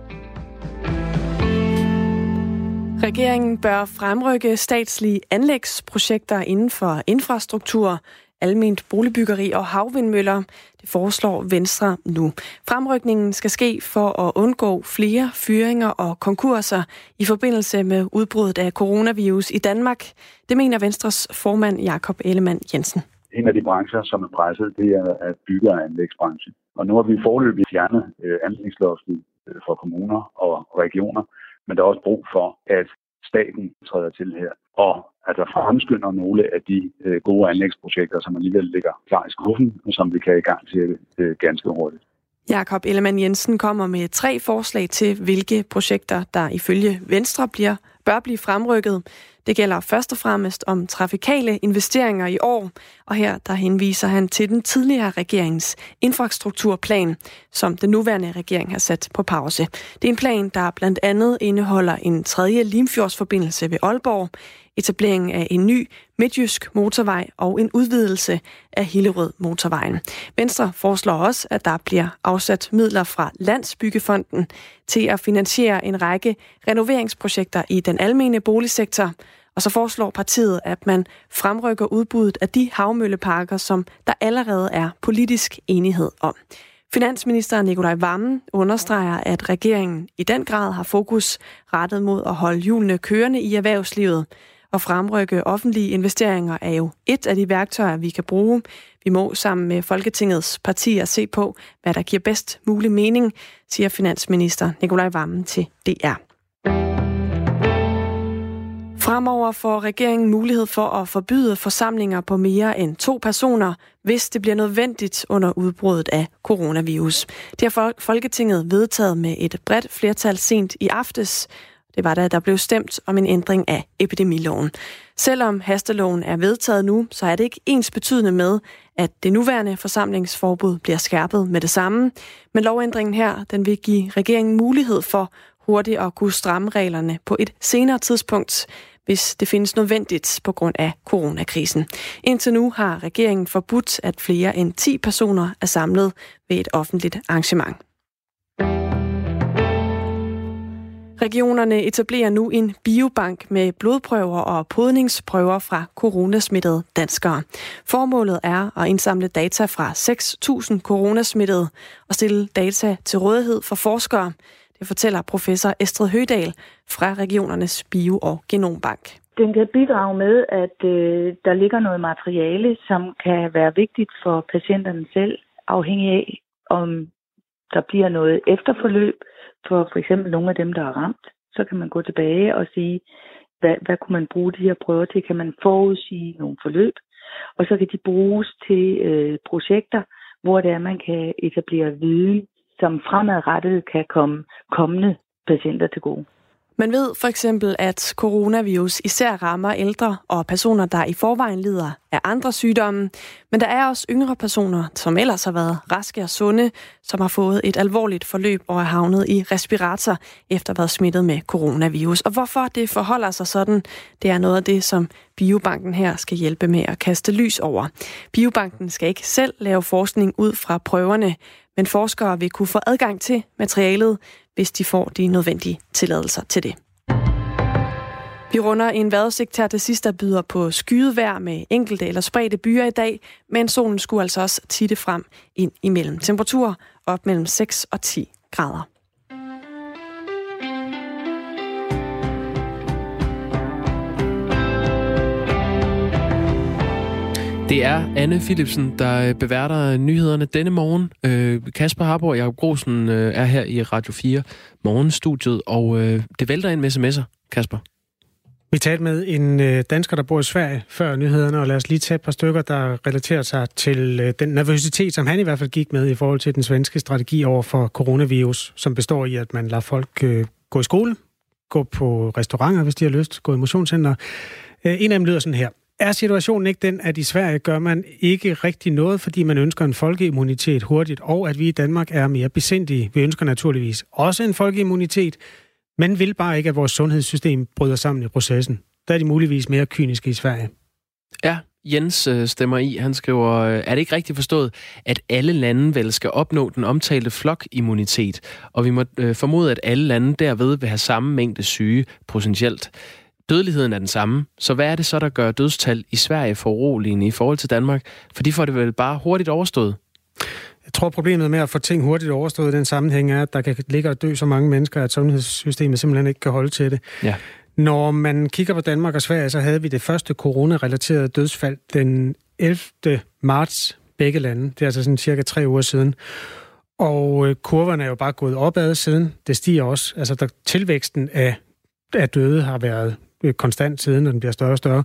Speaker 9: Regeringen bør fremrykke statslige anlægsprojekter inden for infrastruktur, alment boligbyggeri og havvindmøller. Det foreslår Venstre nu. Fremrykningen skal ske for at undgå flere fyringer og konkurser i forbindelse med udbruddet af coronavirus i Danmark. Det mener Venstres formand Jakob Ellemann-Jensen.
Speaker 10: En af de brancher, som er presset, det er at bygge- og anlægsbranchen. Og nu har vi foreløbig fjernet øh, anlægsloftet øh, for kommuner og regioner, men der er også brug for, at staten træder til her og altså fremskynder nogle af de øh, gode anlægsprojekter, som alligevel ligger klar i skuffen, og som vi kan i gang til øh, ganske hurtigt.
Speaker 9: Jakob Ellemann-Jensen kommer med tre forslag til, hvilke projekter, der ifølge Venstre bliver, bør blive fremrykket. Det gælder først og fremmest om trafikale investeringer i år, og her der henviser han til den tidligere regerings infrastrukturplan, som den nuværende regering har sat på pause. Det er en plan, der blandt andet indeholder en tredje Limfjordsforbindelse ved Aalborg, etablering af en ny midtjysk motorvej og en udvidelse af Hillerød motorvejen. Venstre foreslår også, at der bliver afsat midler fra Landsbyggefonden til at finansiere en række renoveringsprojekter i den almene boligsektor. Og så foreslår partiet, at man fremrykker udbuddet af de havmølleparker, som der allerede er politisk enighed om. Finansminister Nicolai Wammen understreger, at regeringen i den grad har fokus rettet mod at holde hjulene kørende i erhvervslivet. Og fremrykke offentlige investeringer er jo et af de værktøjer, vi kan bruge. Vi må sammen med Folketingets partier se på, hvad der giver bedst mulig mening, siger finansminister Nicolai Wammen til D R. Fremover får regeringen mulighed for at forbyde forsamlinger på mere end to personer, hvis det bliver nødvendigt under udbruddet af coronavirus. Det har Folketinget vedtaget med et bredt flertal sent i aftes. Det var da der blev stemt om en ændring af epidemiloven. Selvom hasteloven er vedtaget nu, så er det ikke ens betydende med, at det nuværende forsamlingsforbud bliver skærpet med det samme. Men lovændringen her, den vil give regeringen mulighed for hurtigt at kunne stramme reglerne på et senere tidspunkt, hvis det findes nødvendigt på grund af coronakrisen. Indtil nu har regeringen forbudt, at flere end ti personer er samlet ved et offentligt arrangement. Regionerne etablerer nu en biobank med blodprøver og podningsprøver fra coronasmittede danskere. Formålet er at indsamle data fra seks tusind coronasmittede og stille data til rådighed for forskere. Det fortæller professor Estrid Høgdahl fra regionernes bio- og genombank.
Speaker 11: Den kan bidrage med, at øh, der ligger noget materiale, som kan være vigtigt for patienterne selv, afhængig af, om der bliver noget efterforløb for for eksempel nogle af dem, der er ramt. Så kan man gå tilbage og sige, hvad, hvad kunne man bruge de her prøver til? Kan man forudsige nogle forløb? Og så kan de bruges til øh, projekter, hvor det er, man kan etablere viden, som fremadrettet kan komme kommende patienter til gode.
Speaker 9: Man ved for eksempel, at coronavirus især rammer ældre og personer, der i forvejen lider af andre sygdomme. Men der er også yngre personer, som ellers har været raske og sunde, som har fået et alvorligt forløb og er havnet i respirator efter at have været smittet med coronavirus. Og hvorfor det forholder sig sådan, det er noget af det, som Biobanken her skal hjælpe med at kaste lys over. Biobanken skal ikke selv lave forskning ud fra prøverne, men forskere vil kunne få adgang til materialet, hvis de får de nødvendige tilladelser til det. Vi runder en vejrudsigt her til sidst, der byder på skyet vejr med enkelte eller spredte byer i dag, men solen skulle altså også titte frem ind imellem. Temperatur op mellem seks og ti grader.
Speaker 1: Det er Anne Philipsen, der beværter nyhederne denne morgen. Kasper Harborg og Jacob Grosen er her i Radio fire morgenstudiet, og det vælter ind med sms'er, Kasper.
Speaker 2: Vi talte med en dansker, der bor i Sverige før nyhederne, og lad os lige tage et par stykker, der relaterer sig til den nervøsitet, som han i hvert fald gik med i forhold til den svenske strategi over for coronavirus, som består i, at man lader folk gå i skole, gå på restauranter, hvis de har lyst, gå i motionscenter. En af dem lyder sådan her. Er situationen ikke den, at i Sverige gør man ikke rigtig noget, fordi man ønsker en folkeimmunitet hurtigt, og at vi i Danmark er mere besindige? Vi ønsker naturligvis også en folkeimmunitet, men vil bare ikke, at vores sundhedssystem bryder sammen i processen. Der er de muligvis mere kyniske i Sverige.
Speaker 1: Ja, Jens øh, stemmer i. Han skriver, øh, er det ikke rigtigt forstået, at alle lande vel skal opnå den omtalte flokimmunitet, og vi må øh, formode, at alle lande derved vil have samme mængde syge potentielt. Dødeligheden er den samme, så hvad er det så, der gør dødstal i Sverige foruroligende i forhold til Danmark? For de får det vel bare hurtigt overstået?
Speaker 2: Jeg tror, problemet med at få ting hurtigt overstået i den sammenhæng er, at der kan ligge og dø så mange mennesker, at sundhedssystemet simpelthen ikke kan holde til det.
Speaker 1: Ja.
Speaker 2: Når man kigger på Danmark og Sverige, så havde vi det første corona-relaterede dødsfald den ellevte marts, begge lande. Det er altså sådan cirka tre uger siden. Og kurverne er jo bare gået opad siden. Det stiger også. Altså der, tilvæksten af, af døde har været konstant siden, og den bliver større og større.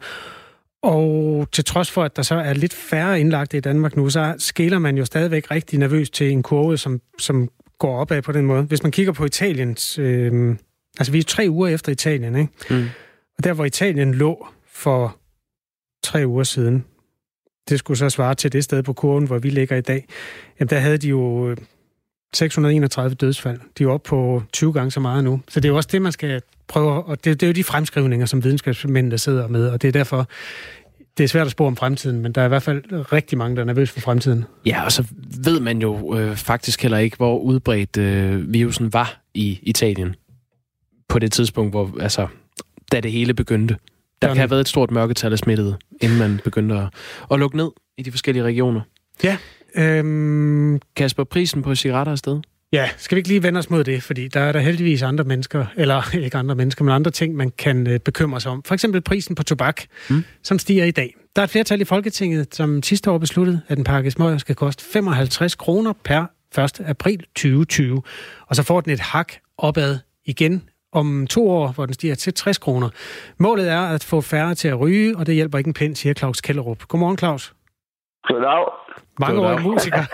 Speaker 2: Og til trods for, at der så er lidt færre indlagte i Danmark nu, så skæler man jo stadigvæk rigtig nervøs til en kurve, som, som går opad på den måde. Hvis man kigger på Italiens... Øh, altså, vi er tre uger efter Italien, ikke? Mm. Og der, hvor Italien lå for tre uger siden, det skulle så svare til det sted på kurven, hvor vi ligger i dag, jamen der havde de jo seks hundrede og enogtredive dødsfald. De er oppe på tyve gange så meget nu. Så det er jo også det, man skal prøve, og det, det er jo de fremskrivninger, som videnskabsmænd, der sidder med, og det er derfor, det er svært at spå om fremtiden, men der er i hvert fald rigtig mange, der er nervøse for fremtiden.
Speaker 1: Ja, og så ved man jo øh, faktisk heller ikke, hvor udbredt øh, virusen var i Italien på det tidspunkt, hvor, altså, da det hele begyndte. Der kan have været et stort mørketal af smittede, inden man begyndte at, at lukke ned i de forskellige regioner.
Speaker 2: Ja. Øhm...
Speaker 1: Kasper, prisen på cigaretter er sted?
Speaker 2: Ja, skal vi ikke lige vende os mod det, fordi der er der heldigvis andre mennesker, eller ikke andre mennesker, men andre ting, man kan øh, bekymre sig om. For eksempel prisen på tobak, mm. som stiger i dag. Der er et flertal i Folketinget, som sidste år besluttede, at en pakke smøger skal koste femoghalvtreds kroner per første april tyve tyve. Og så får den et hak opad igen om to år, hvor den stiger til tres kroner. Målet er at få færre til at ryge, og det hjælper ikke en pind, siger Claus Kellerup. Godmorgen, Claus.
Speaker 12: Goddag.
Speaker 2: Mange år musiker.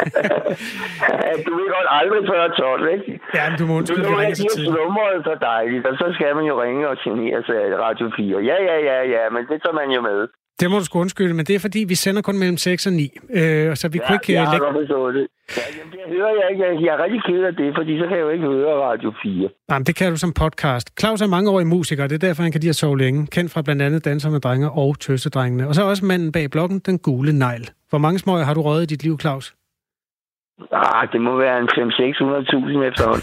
Speaker 12: Du vil godt aldrig før tolv, ikke?
Speaker 2: Ja, men du må undskylde,
Speaker 12: du
Speaker 2: vi ringer så tidligt.
Speaker 12: Nummeret så dejligt, og så skal man jo ringe og genere sig af Radio fire. Ja, ja, ja, ja, men det tager man jo med.
Speaker 2: Det må du sgu undskylde, men det er fordi, vi sender kun mellem seks og ni. Øh, så vi
Speaker 12: ja,
Speaker 2: kunne ikke
Speaker 12: jeg
Speaker 2: lægge...
Speaker 12: har forstået det. Ja, jamen, det hører jeg ikke. Jeg er rigtig ked af det, fordi så kan jeg jo ikke høre Radio fire.
Speaker 2: Jamen, det kan du som podcast. Claus er mangeårig musiker, det er derfor, han kan lide at sove længe. Kendt fra blandt andet Danser med Drenge og Tøsedrengene. Og så også manden bag bloggen, Den Gule Negl. Hvor mange smøger har du røget i dit liv, Claus?
Speaker 12: Ah, det må være en fem til seks hundrede tusind efterhånden.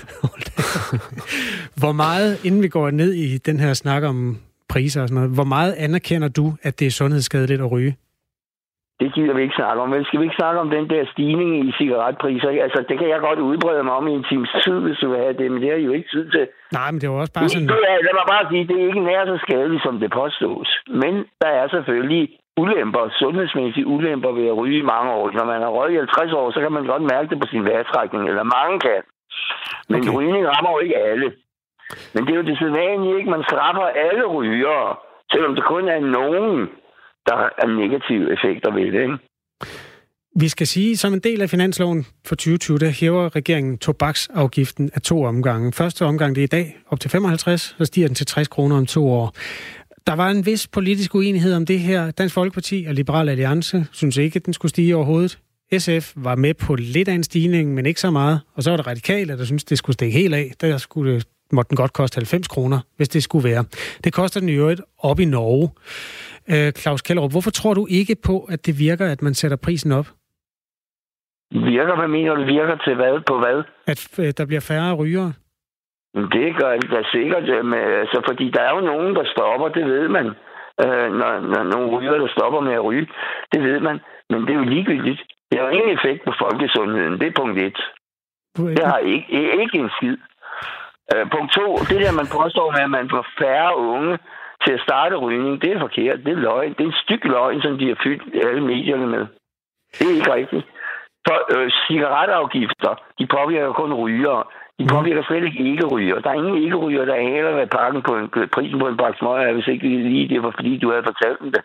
Speaker 2: Hvor meget, inden vi går ned i den her snak om priser og sådan noget, hvor meget anerkender du, at det er sundhedsskadeligt at ryge?
Speaker 12: Det gider vi ikke snakke om. Men skal vi ikke snakke om den der stigning i cigaretpriser? Altså, det kan jeg godt udbrede mig om i en times tid, hvis du vil have det, men det har I jo ikke tid til.
Speaker 2: Nej, men det var også bare sådan...
Speaker 12: Det er, lad mig bare sige, det er ikke nær så skadeligt, som det påstås. Men der er selvfølgelig ulemper, sundhedsmæssige ulemper ved at ryge i mange år. Når man har røget i halvtreds år, så kan man godt mærke det på sin vejrtrækning, eller mange kan. Men okay. Rygning rammer jo ikke alle. Men det er jo det sædvanlige, ikke? Man straffer alle rygere, selvom det kun er nogen, der er negative effekter ved det, ikke?
Speaker 2: Vi skal sige, som en del af finansloven for tyve tyve, der hæver regeringen tobaksafgiften af to omgange. Første omgang, det er i dag, op til femoghalvtreds, så stiger den til tres kroner om to år. Der var en vis politisk uenighed om det her. Dansk Folkeparti og Liberal Alliance synes ikke, at den skulle stige overhovedet. S F var med på lidt af en stigning, men ikke så meget. Og så var der Radikale, der synes det skulle stikke helt af. Der skulle, måtte den godt koste halvfems kroner, hvis det skulle være. Det koster den i øvrigt op i Norge. Øh, Claus Kellerup, hvorfor tror du ikke på, at det virker, at man sætter prisen op?
Speaker 12: Virker? Hvad mener du, det virker til hvad? På hvad?
Speaker 2: At øh, der bliver færre rygere.
Speaker 12: Det gør det da sikkert, med, altså, fordi der er jo nogen, der stopper, det ved man. Øh, når, når nogle ryger, der stopper med at ryge, det ved man. Men det er jo ligegyldigt. Det har jo ingen effekt på folkesundheden. Det er punkt et. Det har ikke, ikke en skid. Øh, punkt to, det der, man påstår med, at man får færre unge til at starte rygning, det er forkert. Det er løgn. Det er en stykke løgn, som de har fyldt alle medierne med. Det er ikke rigtigt. For øh, cigaretafgifter, de påvirker kun rygere. De påvirker slet ikke ikke-ryger. Der er ingen ikke-ryger, der haler ved pakken på en, prisen på en pakke smøger, hvis ikke lige det var, fordi du havde fortalt dem det.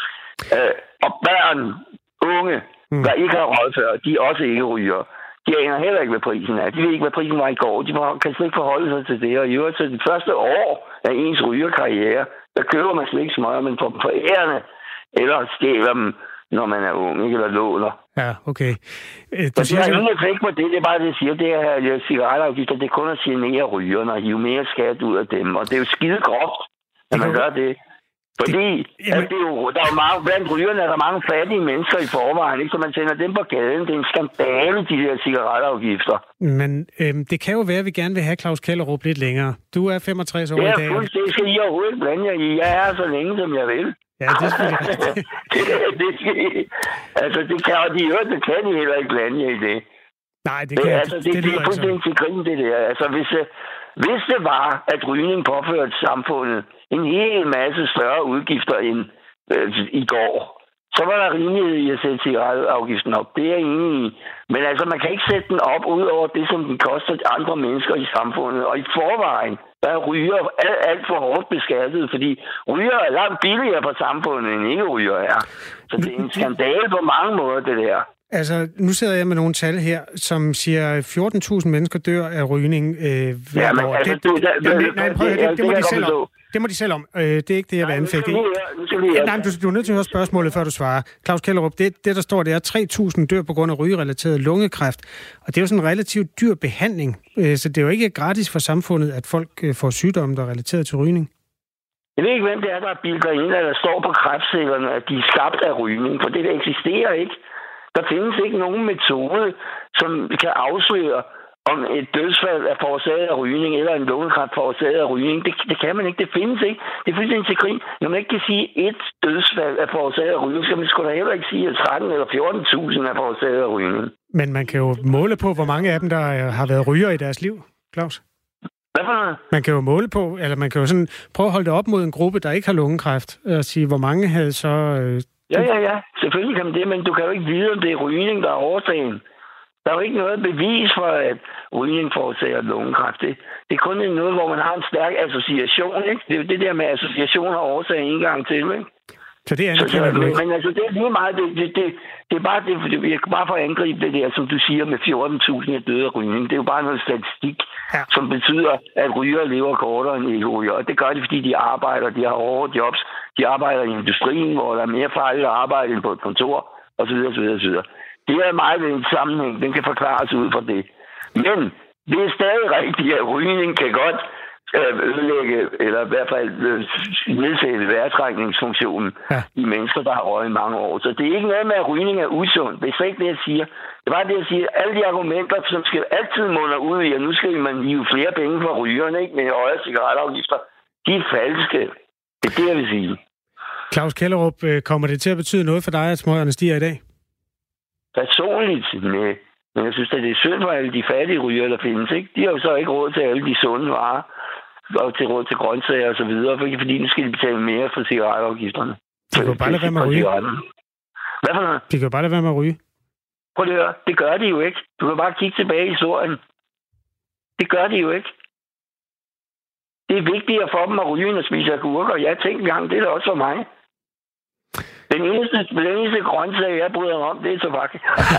Speaker 12: Øh, og børn, unge, mm. der ikke har røget før, de er også ikke-ryger. De aner heller ikke, hvad prisen er. De ved ikke, hvad prisen var i går. De kan slet ikke forholde sig til det. Og i øvrigt til det første år af ens rygerkarriere, der køber man slet ikke smøger, men får dem forærende, eller stjæler dem, når man er ung, ikke? Eller låner.
Speaker 2: Ja, okay.
Speaker 12: Øh, det siger, har ingen effekt på det. Det er bare det, jeg siger. Det her cigaretafgifter, det er kun at genere rygerne og hive mere skat ud af dem. Og det er jo skide groft, at man gør det. Fordi det, at det er jo, der er jo mange, blandt rygerne er der mange fattige mennesker i forvejen, ikke? Så man sender dem på gaden. Det er en skandale, de der cigaretafgifter. Men
Speaker 2: øhm, det kan jo være, at vi gerne vil have Claus Kellerup lidt længere. Du er femogtres år
Speaker 12: i
Speaker 2: dag.
Speaker 12: Ja, fuldstændig. Skal I overhovedet ikke blande jer i. Jeg er så længe, som jeg vil.
Speaker 2: Ja, det er selvfølgelig rigtigt.
Speaker 12: det, det skal, altså, det kan, og de øvrigt, det kan de heller ikke blande jer i det.
Speaker 2: Nej, det kan
Speaker 12: det, altså, det, det, det er fuldstændig til grin, det der. Altså, hvis, hvis det var, at rygning påførte samfundet en hel masse større udgifter end øh, i går, så var der rimelighed i at sætte cigaretafgiften op. Det er jeg enig i. Men altså, man kan ikke sætte den op ud over det, som den koster andre mennesker i samfundet. Og i forvejen, der er ryger alt, alt for hårdt beskattet, fordi ryger er langt billigere for samfundet, end ikke ryger er. Så det er en skandale på mange måder, det der.
Speaker 2: Altså, nu sidder jeg med nogle tal her, som siger, fjorten tusind mennesker dør af rygning øh, hver
Speaker 12: ja, men,
Speaker 2: år.
Speaker 12: Altså,
Speaker 2: det,
Speaker 12: det, det,
Speaker 2: det,
Speaker 12: det,
Speaker 2: nej, prøv, det, det, det, det må de selv om. Det må de selv om. Øh, det er ikke det, jeg vil anfægte. Nej, du, du er nødt til at høre spørgsmålet, før du svarer. Claus Kellerup, det, det der står, det er tre tusind dør på grund af rygerelateret lungekræft. Og det er jo sådan en relativt dyr behandling. Øh, så det er jo ikke gratis for samfundet, at folk øh, får sygdomme, der er relateret til rygning.
Speaker 12: Jeg ved ikke, hvem det er, der bilder ind, eller står på kræftcellerne, at de er skabt af rygning. For det der eksisterer ikke. Der findes ikke nogen metode, som kan afsløre, om et dødsfald er forårsaget af rygning, eller en lungekræft forårsaget af rygning. Det, det kan man ikke. Det findes ikke. Det er fuldstændig til grin. Når man ikke kan sige, at et dødsfald er forårsaget af rygning, så man skulle da heller ikke sige, at tretten eller fjorten tusind er forårsaget af rygning.
Speaker 2: Men man kan jo måle på, hvor mange af dem, der har været ryger i deres liv, Claus.
Speaker 12: Hvad for noget?
Speaker 2: Man kan jo måle på, eller man kan jo sådan prøve at holde det op mod en gruppe, der ikke har lungekræft, og sige, hvor mange havde så... Øh,
Speaker 12: Ja, ja, ja. Selvfølgelig kan man det, men du kan jo ikke vide, om det er rygning, der er årsagen. Der er jo ikke noget bevis for, at rygning forårsager lungekræft. Det, det er kun noget, hvor man har en stærk association, ikke? Det er jo det der med association og årsag en gang til, ikke?
Speaker 2: Så det anerkender du ikke?
Speaker 12: Men altså, det er lige meget. Det, det, det, det er bare det, jeg kan bare for at angribe det der, som du siger, med fjorten tusind er døde af rygning. Det er jo bare noget statistik, ja. Som betyder, at ryger lever kortere end ikke-ryger. Og det gør det, fordi de arbejder, de har hårde jobs. De arbejder i industrien, hvor der er mere farligt at arbejde end på et kontor, osv. osv., osv. Det er meget en sammenhæng. Den kan forklares ud fra det. Men det er stadig rigtigt, at rygning kan godt ødelægge, eller i hvert fald nedsætte vejrtrækningsfunktionen ja. I mennesker, der har røget i mange år. Så det er ikke noget med, at rygning er usund. Det er slet ikke det, jeg siger. Det er bare det, jeg siger. Alle de argumenter, som skal altid munder ud i, at nu skal man give flere penge for rygerne, ikke, med højere cigaretafgifter, de er falske. Det er det, jeg vil sige.
Speaker 2: Claus Kellerup, kommer det til at betyde noget for dig, at smøgerne stiger i dag?
Speaker 12: Personligt, nej. Men jeg synes, at det er synd for alle de fattige ryger, der findes. Ikke? De har jo så ikke råd til alle de sunde varer, og til råd til grøntsager og så videre, fordi nu skal de betale mere for cigaretafgifterne.
Speaker 2: De kan jo bare lade være med at ryge.
Speaker 12: Hvad for noget?
Speaker 2: De kan jo bare lade være med at ryge.
Speaker 12: Prøv at høre, det gør de jo ikke. Du kan bare kigge tilbage i historien. Det gør de jo ikke. Det er vigtigere for dem at ryge end at spise agurker. Jeg tænkte engang, det er det også for mig. Den eneste, den eneste grøntsag, jeg bryder om, det er tobak.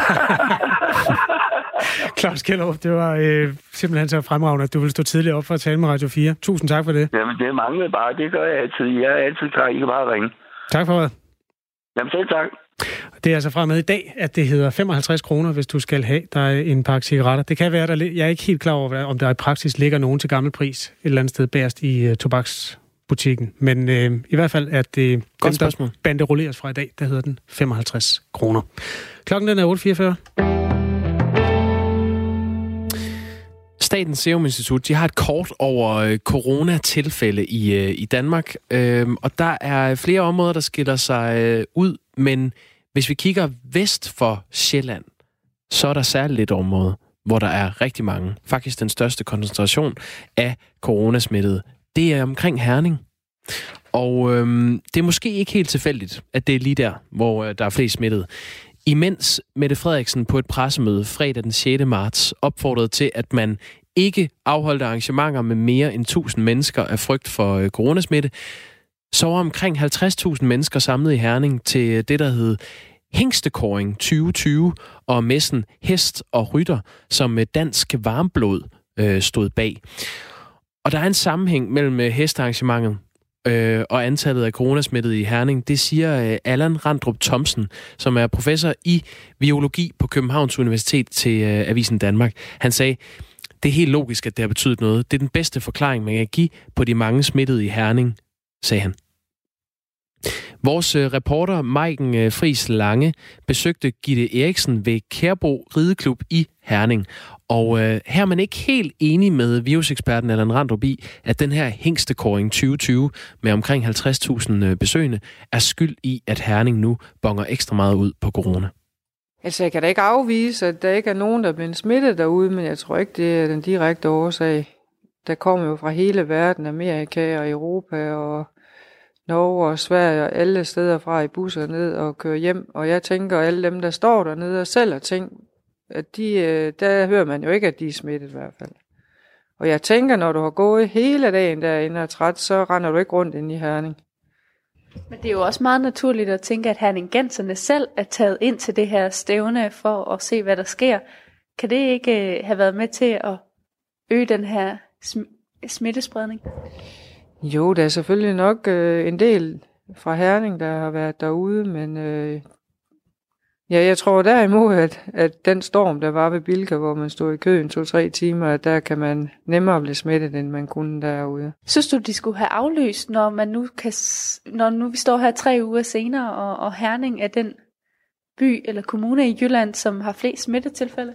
Speaker 2: Claus Kellerup, det var øh, simpelthen så fremragende, at du vil stå tidligere op for at tale med Radio fire. Tusind tak for det.
Speaker 12: Jamen, det manglede bare. Det gør jeg altid. Jeg er altid klar. I kan bare ringe.
Speaker 2: Tak for det.
Speaker 12: Jamen, selv tak.
Speaker 2: Det er altså fra med i dag, at det hedder femoghalvtreds kroner, hvis du skal have dig en pakke cigaretter. Det kan være, der jeg er ikke helt klar over, om der i praksis ligger nogen til gammel pris et eller andet sted bagerst i uh, tobaksbutikken. Men øh, i hvert fald er det den, der banderolleres fra i dag, der hedder den femoghalvtreds kroner. Klokken den er otte fireogfyrre.
Speaker 1: Statens Serum Institut, de har et kort over øh, coronatilfælde i, øh, i Danmark, øh, og der er flere områder, der skiller sig øh, ud, men hvis vi kigger vest for Sjælland, så er der særligt et område, hvor der er rigtig mange, faktisk den største koncentration af coronasmittede. Det er omkring Herning. Og øh, det er måske ikke helt tilfældigt, at det er lige der, hvor øh, der er flest smittede. Imens Mette Frederiksen på et pressemøde fredag den sjette marts opfordrede til, at man ikke afholdt arrangementer med mere end tusind mennesker af frygt for øh, coronasmitte, så var omkring halvtreds tusind mennesker samlet i Herning til det, der hed Hengstekåring tyve tyve, og messen Hest og Rytter, som med Dansk Varmblod øh, stod bag. Og der er en sammenhæng mellem øh, hestearrangementet øh, og antallet af coronasmittede i Herning. Det siger øh, Allan Randrup Thomsen, som er professor i biologi på Københavns Universitet til øh, Avisen Danmark. Han sagde, det er helt logisk, at det har betydet noget. Det er den bedste forklaring, man kan give på de mange smittede i Herning, sagde han. Vores reporter Maiken Friis Lange besøgte Gitte Eriksen ved Kærbo Rideklub i Herning. Og øh, her er man ikke helt enig med viruseksperten Allan Randrup i, at den her Hengstekåring tyve tyve med omkring halvtreds tusind besøgende er skyld i, at Herning nu bonger ekstra meget ud på corona.
Speaker 13: Altså, jeg kan da ikke afvise, at der ikke er nogen, der er blevet smittet derude, men jeg tror ikke, det er den direkte årsag. Der kommer jo fra hele verden, Amerika og Europa og Norge og Sverige og alle steder fra i busser ned og kører hjem. Og jeg tænker, at alle dem, der står dernede og sælger ting, at de, der hører man jo ikke, at de er smittet i hvert fald. Og jeg tænker, når du har gået hele dagen derinde og er træt, så render du ikke rundt ind i Herning.
Speaker 14: Men det er jo også meget naturligt at tænke, at herningenserne selv er taget ind til det her stævne for at se, hvad der sker. Kan det ikke have været med til at øge den her sm- smittespredning?
Speaker 13: Jo, der er selvfølgelig nok øh, en del fra Herning, der har været derude, men øh, ja, jeg tror derimod, at, at den storm, der var ved Bilka, hvor man stod i køen to-tre timer, der kan man nemmere blive smittet, end man kunne derude.
Speaker 14: Synes du, de skulle have aflyst, når man nu kan, når nu vi står her tre uger senere, og, og Herning er den by eller kommune i Jylland, som har flest smittetilfælde?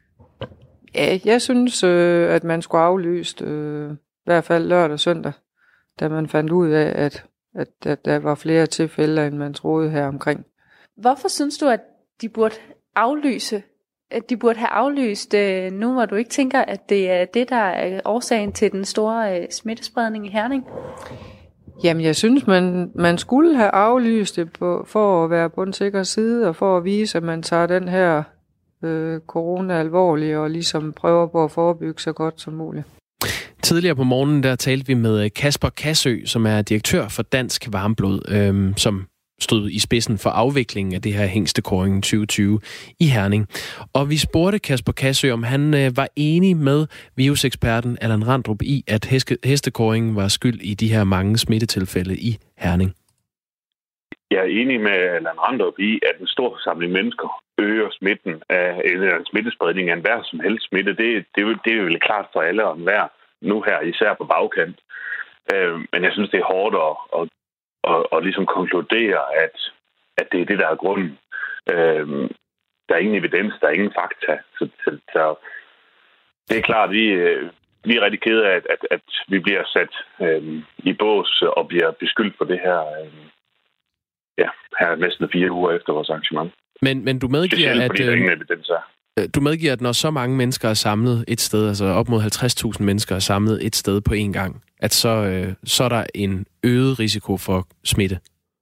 Speaker 13: Ja, jeg synes, øh, at man skulle aflyse øh, i hvert fald lørdag og søndag, da man fandt ud af, at, at, at der var flere tilfælde, end man troede her omkring.
Speaker 14: Hvorfor synes du, at de burde aflyse, at de burde have aflyst øh, nu, hvor du ikke tænker, at det er det, der er årsagen til den store øh, smittespredning i Herning?
Speaker 13: Jamen, jeg synes, man, man skulle have aflyst det på, for at være på den sikre side, og for at vise, at man tager den her øh, corona alvorligt, og ligesom prøver på at forebygge så godt som muligt.
Speaker 1: Tidligere på morgenen, der talte vi med Kasper Kassø, som er direktør for Dansk Varmblod, øhm, som stod i spidsen for afviklingen af det her Hengstekåring tyve tyve i Herning. Og vi spurgte Kasper Kassø, om han øh, var enig med viruseksperten Allan Randrup i, at hestekåringen var skyld i de her mange smittetilfælde i Herning.
Speaker 8: Jeg er enig med Allan Randrup i, at en stor forsamling mennesker øger smitten af, eller en smittespredning af enhver som helst smitte. Det, det, det er jo klart for alle og enhver nu her, især på bagkant. Øh, men jeg synes, det er hårdt at, at, at, at ligesom konkludere, at, at det er det, der er grunden. Øh, der er ingen evidens, der er ingen fakta. Så, så, så det er klart, at vi, vi er rigtig kede af, at, at, at vi bliver sat øh, i bås og bliver beskyldt for det her, øh, ja, her næsten fire uger efter vores arrangement.
Speaker 1: Men, men du medgiver,
Speaker 8: Specielt,
Speaker 1: at...
Speaker 8: fordi der er ingen evidens er.
Speaker 1: Du medgiver, at når så mange mennesker er samlet et sted, altså op mod halvtreds tusind mennesker er samlet et sted på én gang, at så, øh, så er der en øget risiko for smitte?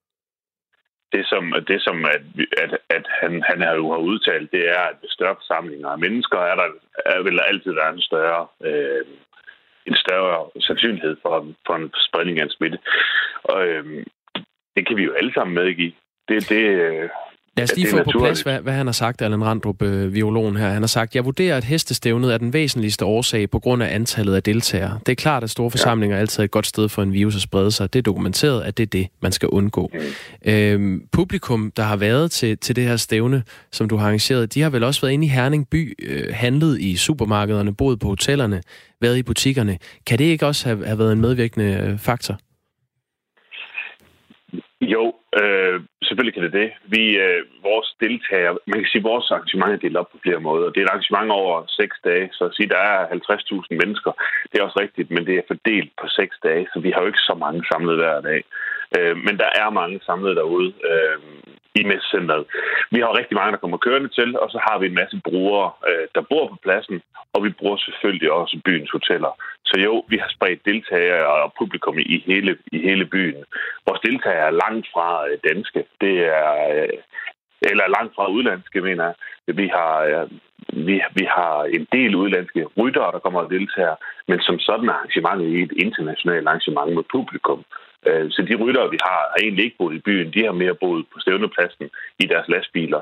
Speaker 8: Det som, det, som at, at, at han, han har jo har udtalt, det er, at ved større forsamlinger af mennesker er der er, vil der altid være en større, øh, en større sandsynlighed for, for en spredning af en smitte. Og øh, det kan vi jo alle sammen medgive. Det, det
Speaker 1: Lad os lige få på plads, hvad, hvad han har sagt, Allan Randrup, øh, virologen her. Han har sagt, jeg vurderer, at hestestævnet er den væsentligste årsag på grund af antallet af deltagere. Det er klart, at store forsamlinger er altid et godt sted for en virus at sprede sig. Det er dokumenteret, at det er det, man skal undgå. Mm. Øhm, publikum, der har været til, til det her stævne, som du har arrangeret, de har vel også været inde i Herning by, øh, handlet i supermarkederne, boet på hotellerne, været i butikkerne. Kan det ikke også have, have været en medvirkende øh, faktor?
Speaker 8: Jo, øh,
Speaker 15: selvfølgelig kan det det. Vi, øh, vores deltagere, man kan sige, at vores arrangement er delt op på flere måder. Det er et arrangement over seks dage, så at sige, der er halvtreds tusind mennesker. Det er også rigtigt, men det er fordelt på seks dage, så vi har jo ikke så mange samlet hver dag. Øh, men der er mange samlet derude øh, i messecenteret. Vi har rigtig mange, der kommer kørende til, og så har vi en masse brugere, øh, der bor på pladsen, og vi bruger selvfølgelig også byens hoteller. Så jo, vi har spredt deltagere og publikum i hele, i hele byen. Vores deltagere er langt fra danske. Det er, eller langt fra udlandske, mener jeg. Vi har, vi, vi har en del udlandske ryttere, der kommer og deltager, men som sådan er arrangementet i et internationalt arrangement med publikum. Så de ryttere, vi har, har egentlig ikke boet i byen. De har mere boet på stævnepladsen i deres lastbiler.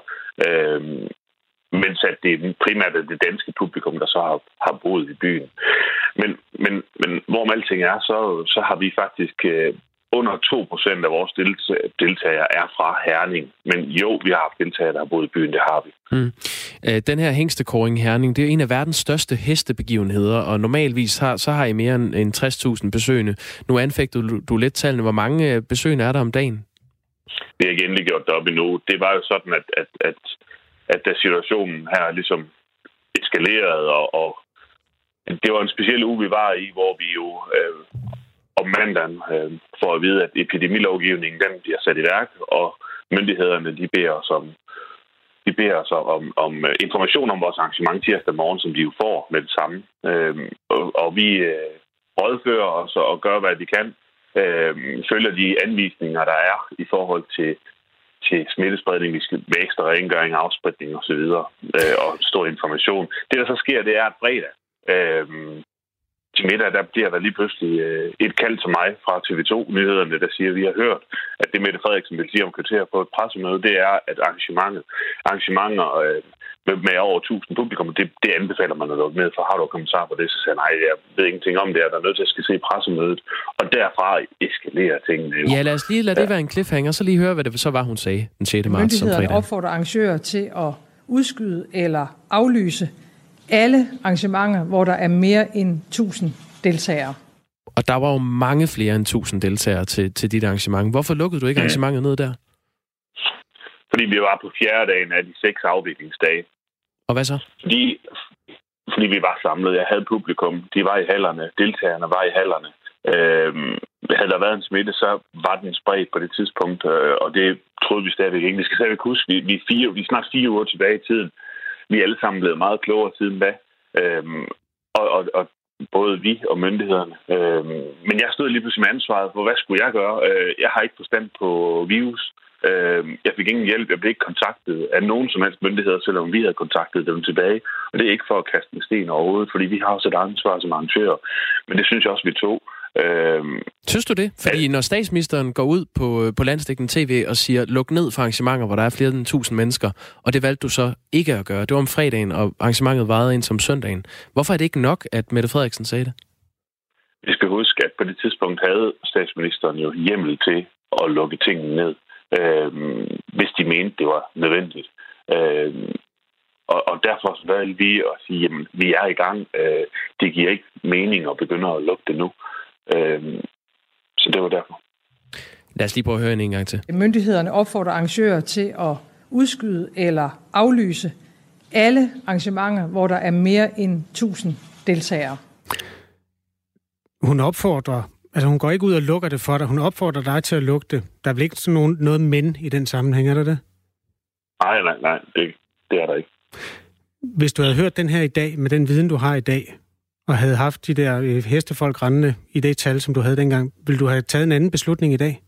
Speaker 15: Mens at det primært er det danske publikum, der så har, har boet i byen. Men, men, men hvorom alting er, så, så har vi faktisk øh, under to procent af vores deltagere er fra Herning. Men jo, vi har haft deltagere, der har boet i byen, det har vi.
Speaker 1: Mm. Den her hængstekåring i Herning, det er en af verdens største hestebegivenheder, og normalvis har, så har I mere end tres tusind besøgende. Nu anfægtede du, du lidt tallene. Hvor mange besøgende er der om dagen?
Speaker 15: Vi har ikke endelig gjort det op endnu. Det var jo sådan, at, at, at at da situationen her ligesom eskalerede, og, og det var en speciel uge, vi var i, hvor vi jo øh, om mandagen øh, får at vide, at epidemilovgivningen den bliver sat i værk, og myndighederne de beder os om, de beder os om, om information om vores arrangement tirsdag morgen, som de jo får med det samme. Øh, og, og vi øh, rådfører os og gør, hvad vi kan, øh, følger de anvisninger, der er i forhold til til smittespredning, vi skal med ekstra rengøring, afspritning og så videre, øh, og stor information. Det, der så sker, det er, at fredag øh, til middag, der bliver der lige pludselig øh, et kald til mig fra T V to-nyhederne, der siger, at vi har hørt, at det Mette Frederiksen vil sige om kvarter på et pressemøde, det er, at arrangementet, arrangementer øh, med, med over tusind publikum, det, det anbefaler man at lukke ned, for har du kommentar på det, så siger jeg, nej, jeg ved ingenting om det, der er nødt til at skal se pressemødet, og derfra eskalerer tingene.
Speaker 1: Ja, lad os lige lade det være en cliffhanger, så lige høre, hvad det så var, hun sagde den sjette marts som fredag.
Speaker 16: Myndighederne opfordrer arrangører til at udskyde eller aflyse alle arrangementer, hvor der er mere end tusind deltagere.
Speaker 1: Og der var jo mange flere end tusind deltagere til, til dit arrangement. Hvorfor lukkede du ikke arrangementet ned der?
Speaker 15: Fordi vi var på fjerde dagen af de seks afviklingsdage.
Speaker 1: Og hvad så?
Speaker 15: Fordi, fordi vi var samlet. Jeg havde publikum. De var i hallerne. Deltagerne var i hallerne. Øhm, havde der været en smitte, så var den spredt på det tidspunkt. Øh, og det troede vi stadigvæk ikke. Vi skal stadigvæk huske, vi, vi, fire, vi er snart fire uger tilbage i tiden. Vi er alle sammen blevet meget klogere siden da. Øhm, og, og, og både vi og myndighederne. Øhm, men jeg stod lige pludselig med ansvaret for, hvad skulle jeg gøre? Øh, jeg har ikke forstand på virus. Øh, jeg fik ingen hjælp. Jeg blev ikke kontaktet af nogen som helst myndigheder, selvom vi havde kontaktet dem tilbage. Og det er ikke for at kaste en sten overhovedet, fordi vi har også et ansvar som arrangører. Men det synes jeg også, vi tog.
Speaker 1: Øhm, Synes du det? Fordi når statsministeren går ud på, på landsdækkende tv og siger, luk ned for arrangementer, hvor der er flere end tusind mennesker, og det valgte du så ikke at gøre. Det var om fredagen, og arrangementet varede ind som søndagen. Hvorfor er det ikke nok, at Mette Frederiksen sagde det?
Speaker 15: Vi skal huske, at på det tidspunkt havde statsministeren jo hjemmel til at lukke tingene ned, øhm, hvis de mente, det var nødvendigt. Øhm, og, og derfor valgte vi at sige, at vi er i gang. Øh, det giver ikke mening at begynde at lukke det nu. Øhm, så det var derfor.
Speaker 1: Lad os lige prøve at høre en gang til.
Speaker 16: Myndighederne opfordrer arrangører til at udskyde eller aflyse alle arrangementer, hvor der er mere end tusind deltagere.
Speaker 2: Hun opfordrer, altså hun går ikke ud og lukker det for dig, hun opfordrer dig til at lukke det. Der er vel ikke sådan nogen, noget men i den sammenhæng, er der det?
Speaker 15: Nej, nej, nej, det, det er der ikke.
Speaker 2: Hvis du havde hørt den her i dag, med den viden, du har i dag, og havde haft de der øh, hestefolk rendende i det tal, som du havde dengang, ville du have taget en anden beslutning i dag?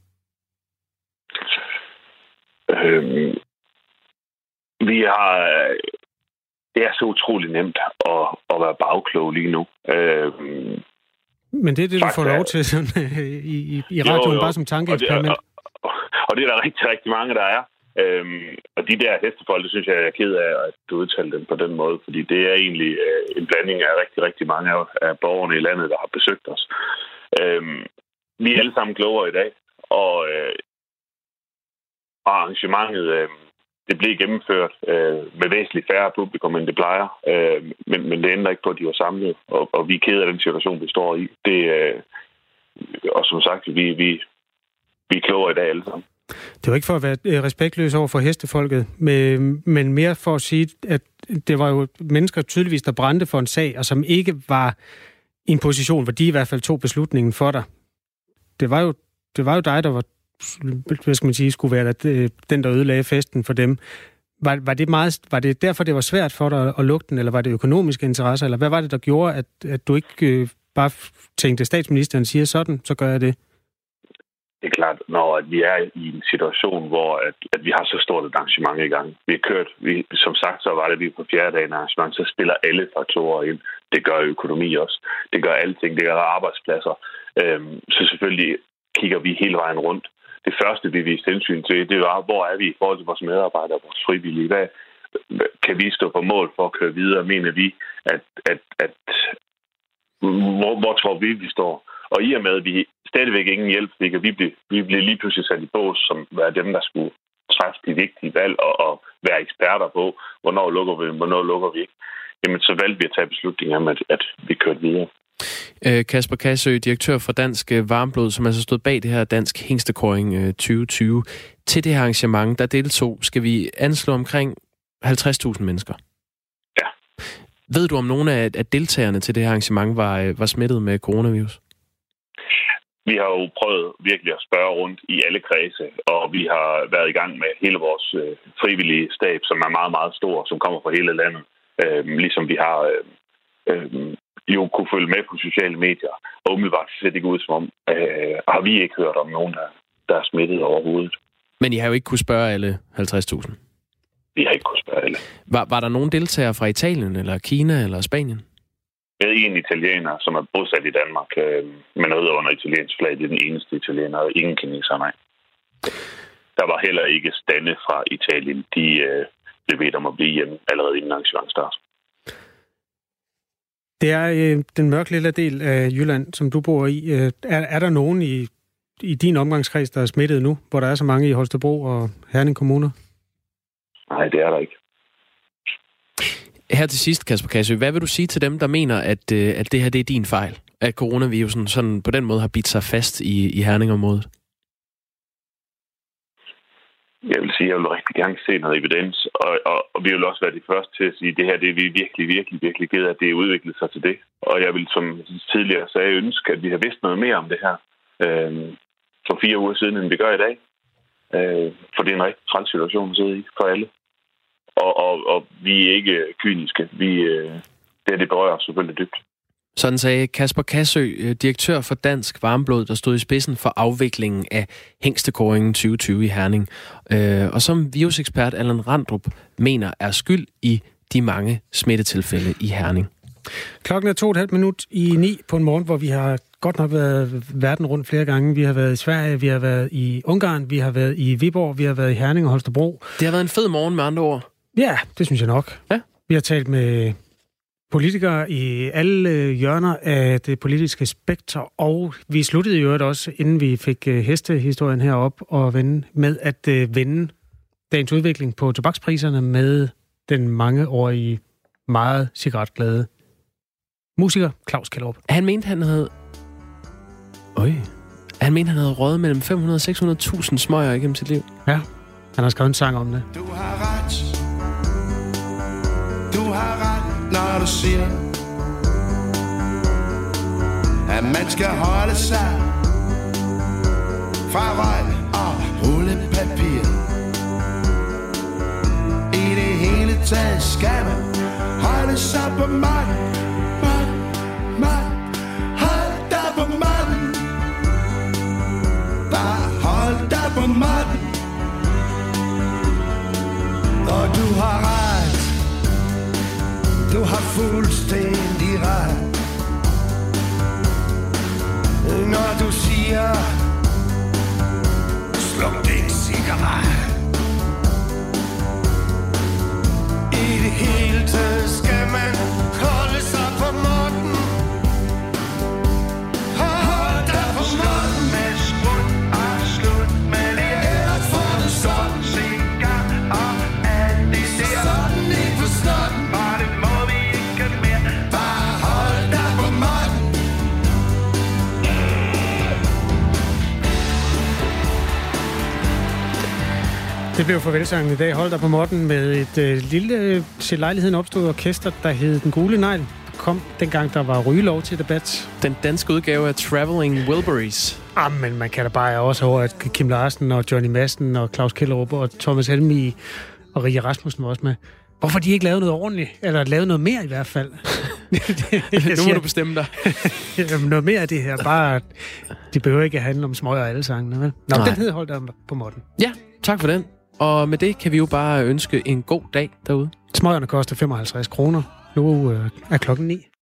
Speaker 15: Øhm, vi har... Det er så utroligt nemt at, at være bagklog lige nu. Øhm,
Speaker 2: Men det er det, du får lov til sådan, i, i, i radioen, jo, jo. Bare som tankeeksperiment.
Speaker 15: Og, og, og, og det er der rigtig, rigtig mange, der er. Øhm, og de der hestefolk, det synes jeg, jeg er ked af, at du udtalte dem på den måde, fordi det er egentlig øh, en blanding af rigtig, rigtig mange af, af borgerne i landet, der har besøgt os. Øhm, vi er alle sammen klogere i dag, og, øh, og arrangementet, øh, det blev gennemført øh, med væsentligt færre publikum, end det plejer, øh, men, men det ændrer ikke på, at de var samlet, og, og vi er ked af den situation, vi står i. Det, øh, og som sagt, vi, vi, vi er klogere i dag alle sammen.
Speaker 2: Det var ikke for at være respektløs over for hestefolket, men mere for at sige, at det var jo mennesker tydeligvis, der brændte for en sag, og som ikke var i en position, hvor de i hvert fald tog beslutningen for dig. Det var jo, det var jo dig, der var, hvad skal man sige, skulle være den, der ødelagde festen for dem. Var, var, det meget, var det derfor, det var svært for dig at lukke den, eller var det økonomiske interesser, eller hvad var det, der gjorde, at, at du ikke øh, bare tænkte, statsministeren siger sådan, så gør jeg det?
Speaker 15: Det er klart, når at vi er i en situation, hvor at, at vi har så stort et arrangement i gang. Vi har kørt, vi, som sagt, så var det vi på fjerde dagen arrangement, så spiller alle faktorer ind. Det gør økonomi også. Det gør alting. Det gør arbejdspladser. Øhm, så selvfølgelig kigger vi hele vejen rundt. Det første, vi viste hensyn til, det var, hvor er vi i forhold til vores medarbejdere, vores frivillige? Hvad kan vi stå på mål for at køre videre? Mener vi, at, at, at hvor, hvor tror vi, vi står? Og i og med, at vi stadigvæk ingen hjælp fik, og vi blev, vi blev lige pludselig sat i bås, som var dem, der skulle træffe de vigtige valg og, og være eksperter på, hvornår lukker vi, hvornår lukker vi ikke. Jamen, så valgte vi at tage beslutningen om, at, at vi kørte videre.
Speaker 1: Kasper Kassø, direktør for Dansk Varmblod, som altså stod bag det her Dansk Hingstekåring tyve tyve. Til det her arrangement, der deltog, skal vi anslå omkring halvtreds tusind mennesker.
Speaker 15: Ja.
Speaker 1: Ved du, om nogle af deltagerne til det her arrangement var, var smittet med coronavirus?
Speaker 15: Vi har jo prøvet virkelig at spørge rundt i alle kredse, og vi har været i gang med hele vores øh, frivillige stab, som er meget, meget stor, som kommer fra hele landet. Øh, ligesom vi har øh, øh, jo kunne følge med på sociale medier, og umiddelbart ser det ikke ud som om, øh, har vi ikke hørt om nogen, der, der er smittet overhovedet.
Speaker 1: Men I har jo ikke kunne spørge alle halvtreds tusind?
Speaker 15: Vi har ikke kunne spørge alle.
Speaker 1: Var, var der nogen deltagere fra Italien, eller Kina, eller Spanien?
Speaker 15: Jeg er en italiener, som er bosat i Danmark, øh, med noget under italiensk flag. Det er den eneste italiener, og ingen kineser, nej. Der var heller ikke stande fra Italien. De øh, blev bedt om at blive hjemme allerede inden arrangement start.
Speaker 2: Det er øh, den mørke lille del af Jylland, som du bor i. Øh, er, er der nogen i, i din omgangskreds, der er smittet nu, hvor der er så mange i Holstebro og Herning kommuner?
Speaker 15: Nej, det er der ikke.
Speaker 1: Her til sidst, Kasper Kassø, hvad vil du sige til dem, der mener, at, øh, at det her det er din fejl? At coronavirusen sådan på den måde har bidt sig fast i, i Herning-området?
Speaker 15: Jeg vil sige, at jeg vil rigtig gerne se noget evidens, og, og, og vi vil også være de første til at sige, at det her det er vi virkelig, virkelig, virkelig ked af, at det er udviklet sig til det. Og jeg vil, som tidligere sagde, ønske, at vi har vidst noget mere om det her øh, for fire uger siden, end vi gør i dag. Øh, for det er en rigtig træls situation at sidde i for alle. Og, og, og vi er ikke kyniske. Vi, øh, det, det berører selvfølgelig dybt.
Speaker 1: Sådan sagde Kasper Kassø, direktør for Dansk Varmblod, der stod i spidsen for afviklingen af Hingstekåringen tyve tyve i Herning. Øh, og som virusekspert Allan Randrup mener er skyld i de mange smittetilfælde i Herning.
Speaker 2: Klokken er to og et halvt minut i ni på en morgen, hvor vi har godt nok været verden rundt flere gange. Vi har været i Sverige, vi har været i Ungarn, vi har været i Viborg, vi har været i Herning og Holstebro.
Speaker 1: Det har været en fed morgen med andre ord.
Speaker 2: Ja, det synes jeg nok.
Speaker 1: Ja.
Speaker 2: Vi har talt med politikere i alle hjørner af det politiske spekter, og vi sluttede jo også, inden vi fik hestehistorien herop, og vende med at vende dagens udvikling på tobakspriserne med den mangeårige, meget cigaretglade musiker Claus Kellerup.
Speaker 1: Han mente, han havde... Øj. Han mente, han havde røget mellem fem hundrede og seks hundrede tusind smøger igennem sit liv.
Speaker 2: Ja, han har skrevet en sang om det.
Speaker 17: Du har ret. Du har ret, når du siger, at man skal holde sig fra røg og rullepapir. I det hele taget skal man holde sig på matten, matten, matten. Hold dig på matten. Bare hold dig på matten. Og du har ret. Du har fuldstændig ret, når du siger, sluk din cigaret. I det hele taget skal man holde sig på måtten. Hold dig på måtten. Med skud og slut, men ellers får du sådan cigaret og alt det der. Sådan ikke forstår den.
Speaker 2: Det blev farvelsangen i dag. Hold dig på måtten med et øh, lille til lejligheden opstået orkester, der hed Den Gule Negl. Kom dengang, der var rygelov til debat.
Speaker 1: Den danske udgave af Traveling Wilburys.
Speaker 2: Ah, men man kan da bare også over, at Kim Larsen og Johnny Madsen og Claus Kellerup og Thomas Helmig og Rie Rasmussen var også med. Hvorfor de ikke lavede noget ordentligt? Eller lavede noget mere i hvert fald?
Speaker 1: Nu må du bestemme dig.
Speaker 2: Jamen, noget mere af det her. Bare, de behøver ikke at handle om smøger og alle sangene, vel? Nå, Nej. Den hed Hold dig på måtten.
Speaker 1: Ja, tak for den. Og med det kan vi jo bare ønske en god dag derude.
Speaker 2: Smøgerne koster femoghalvtreds kroner. Nu øh, er klokken ni.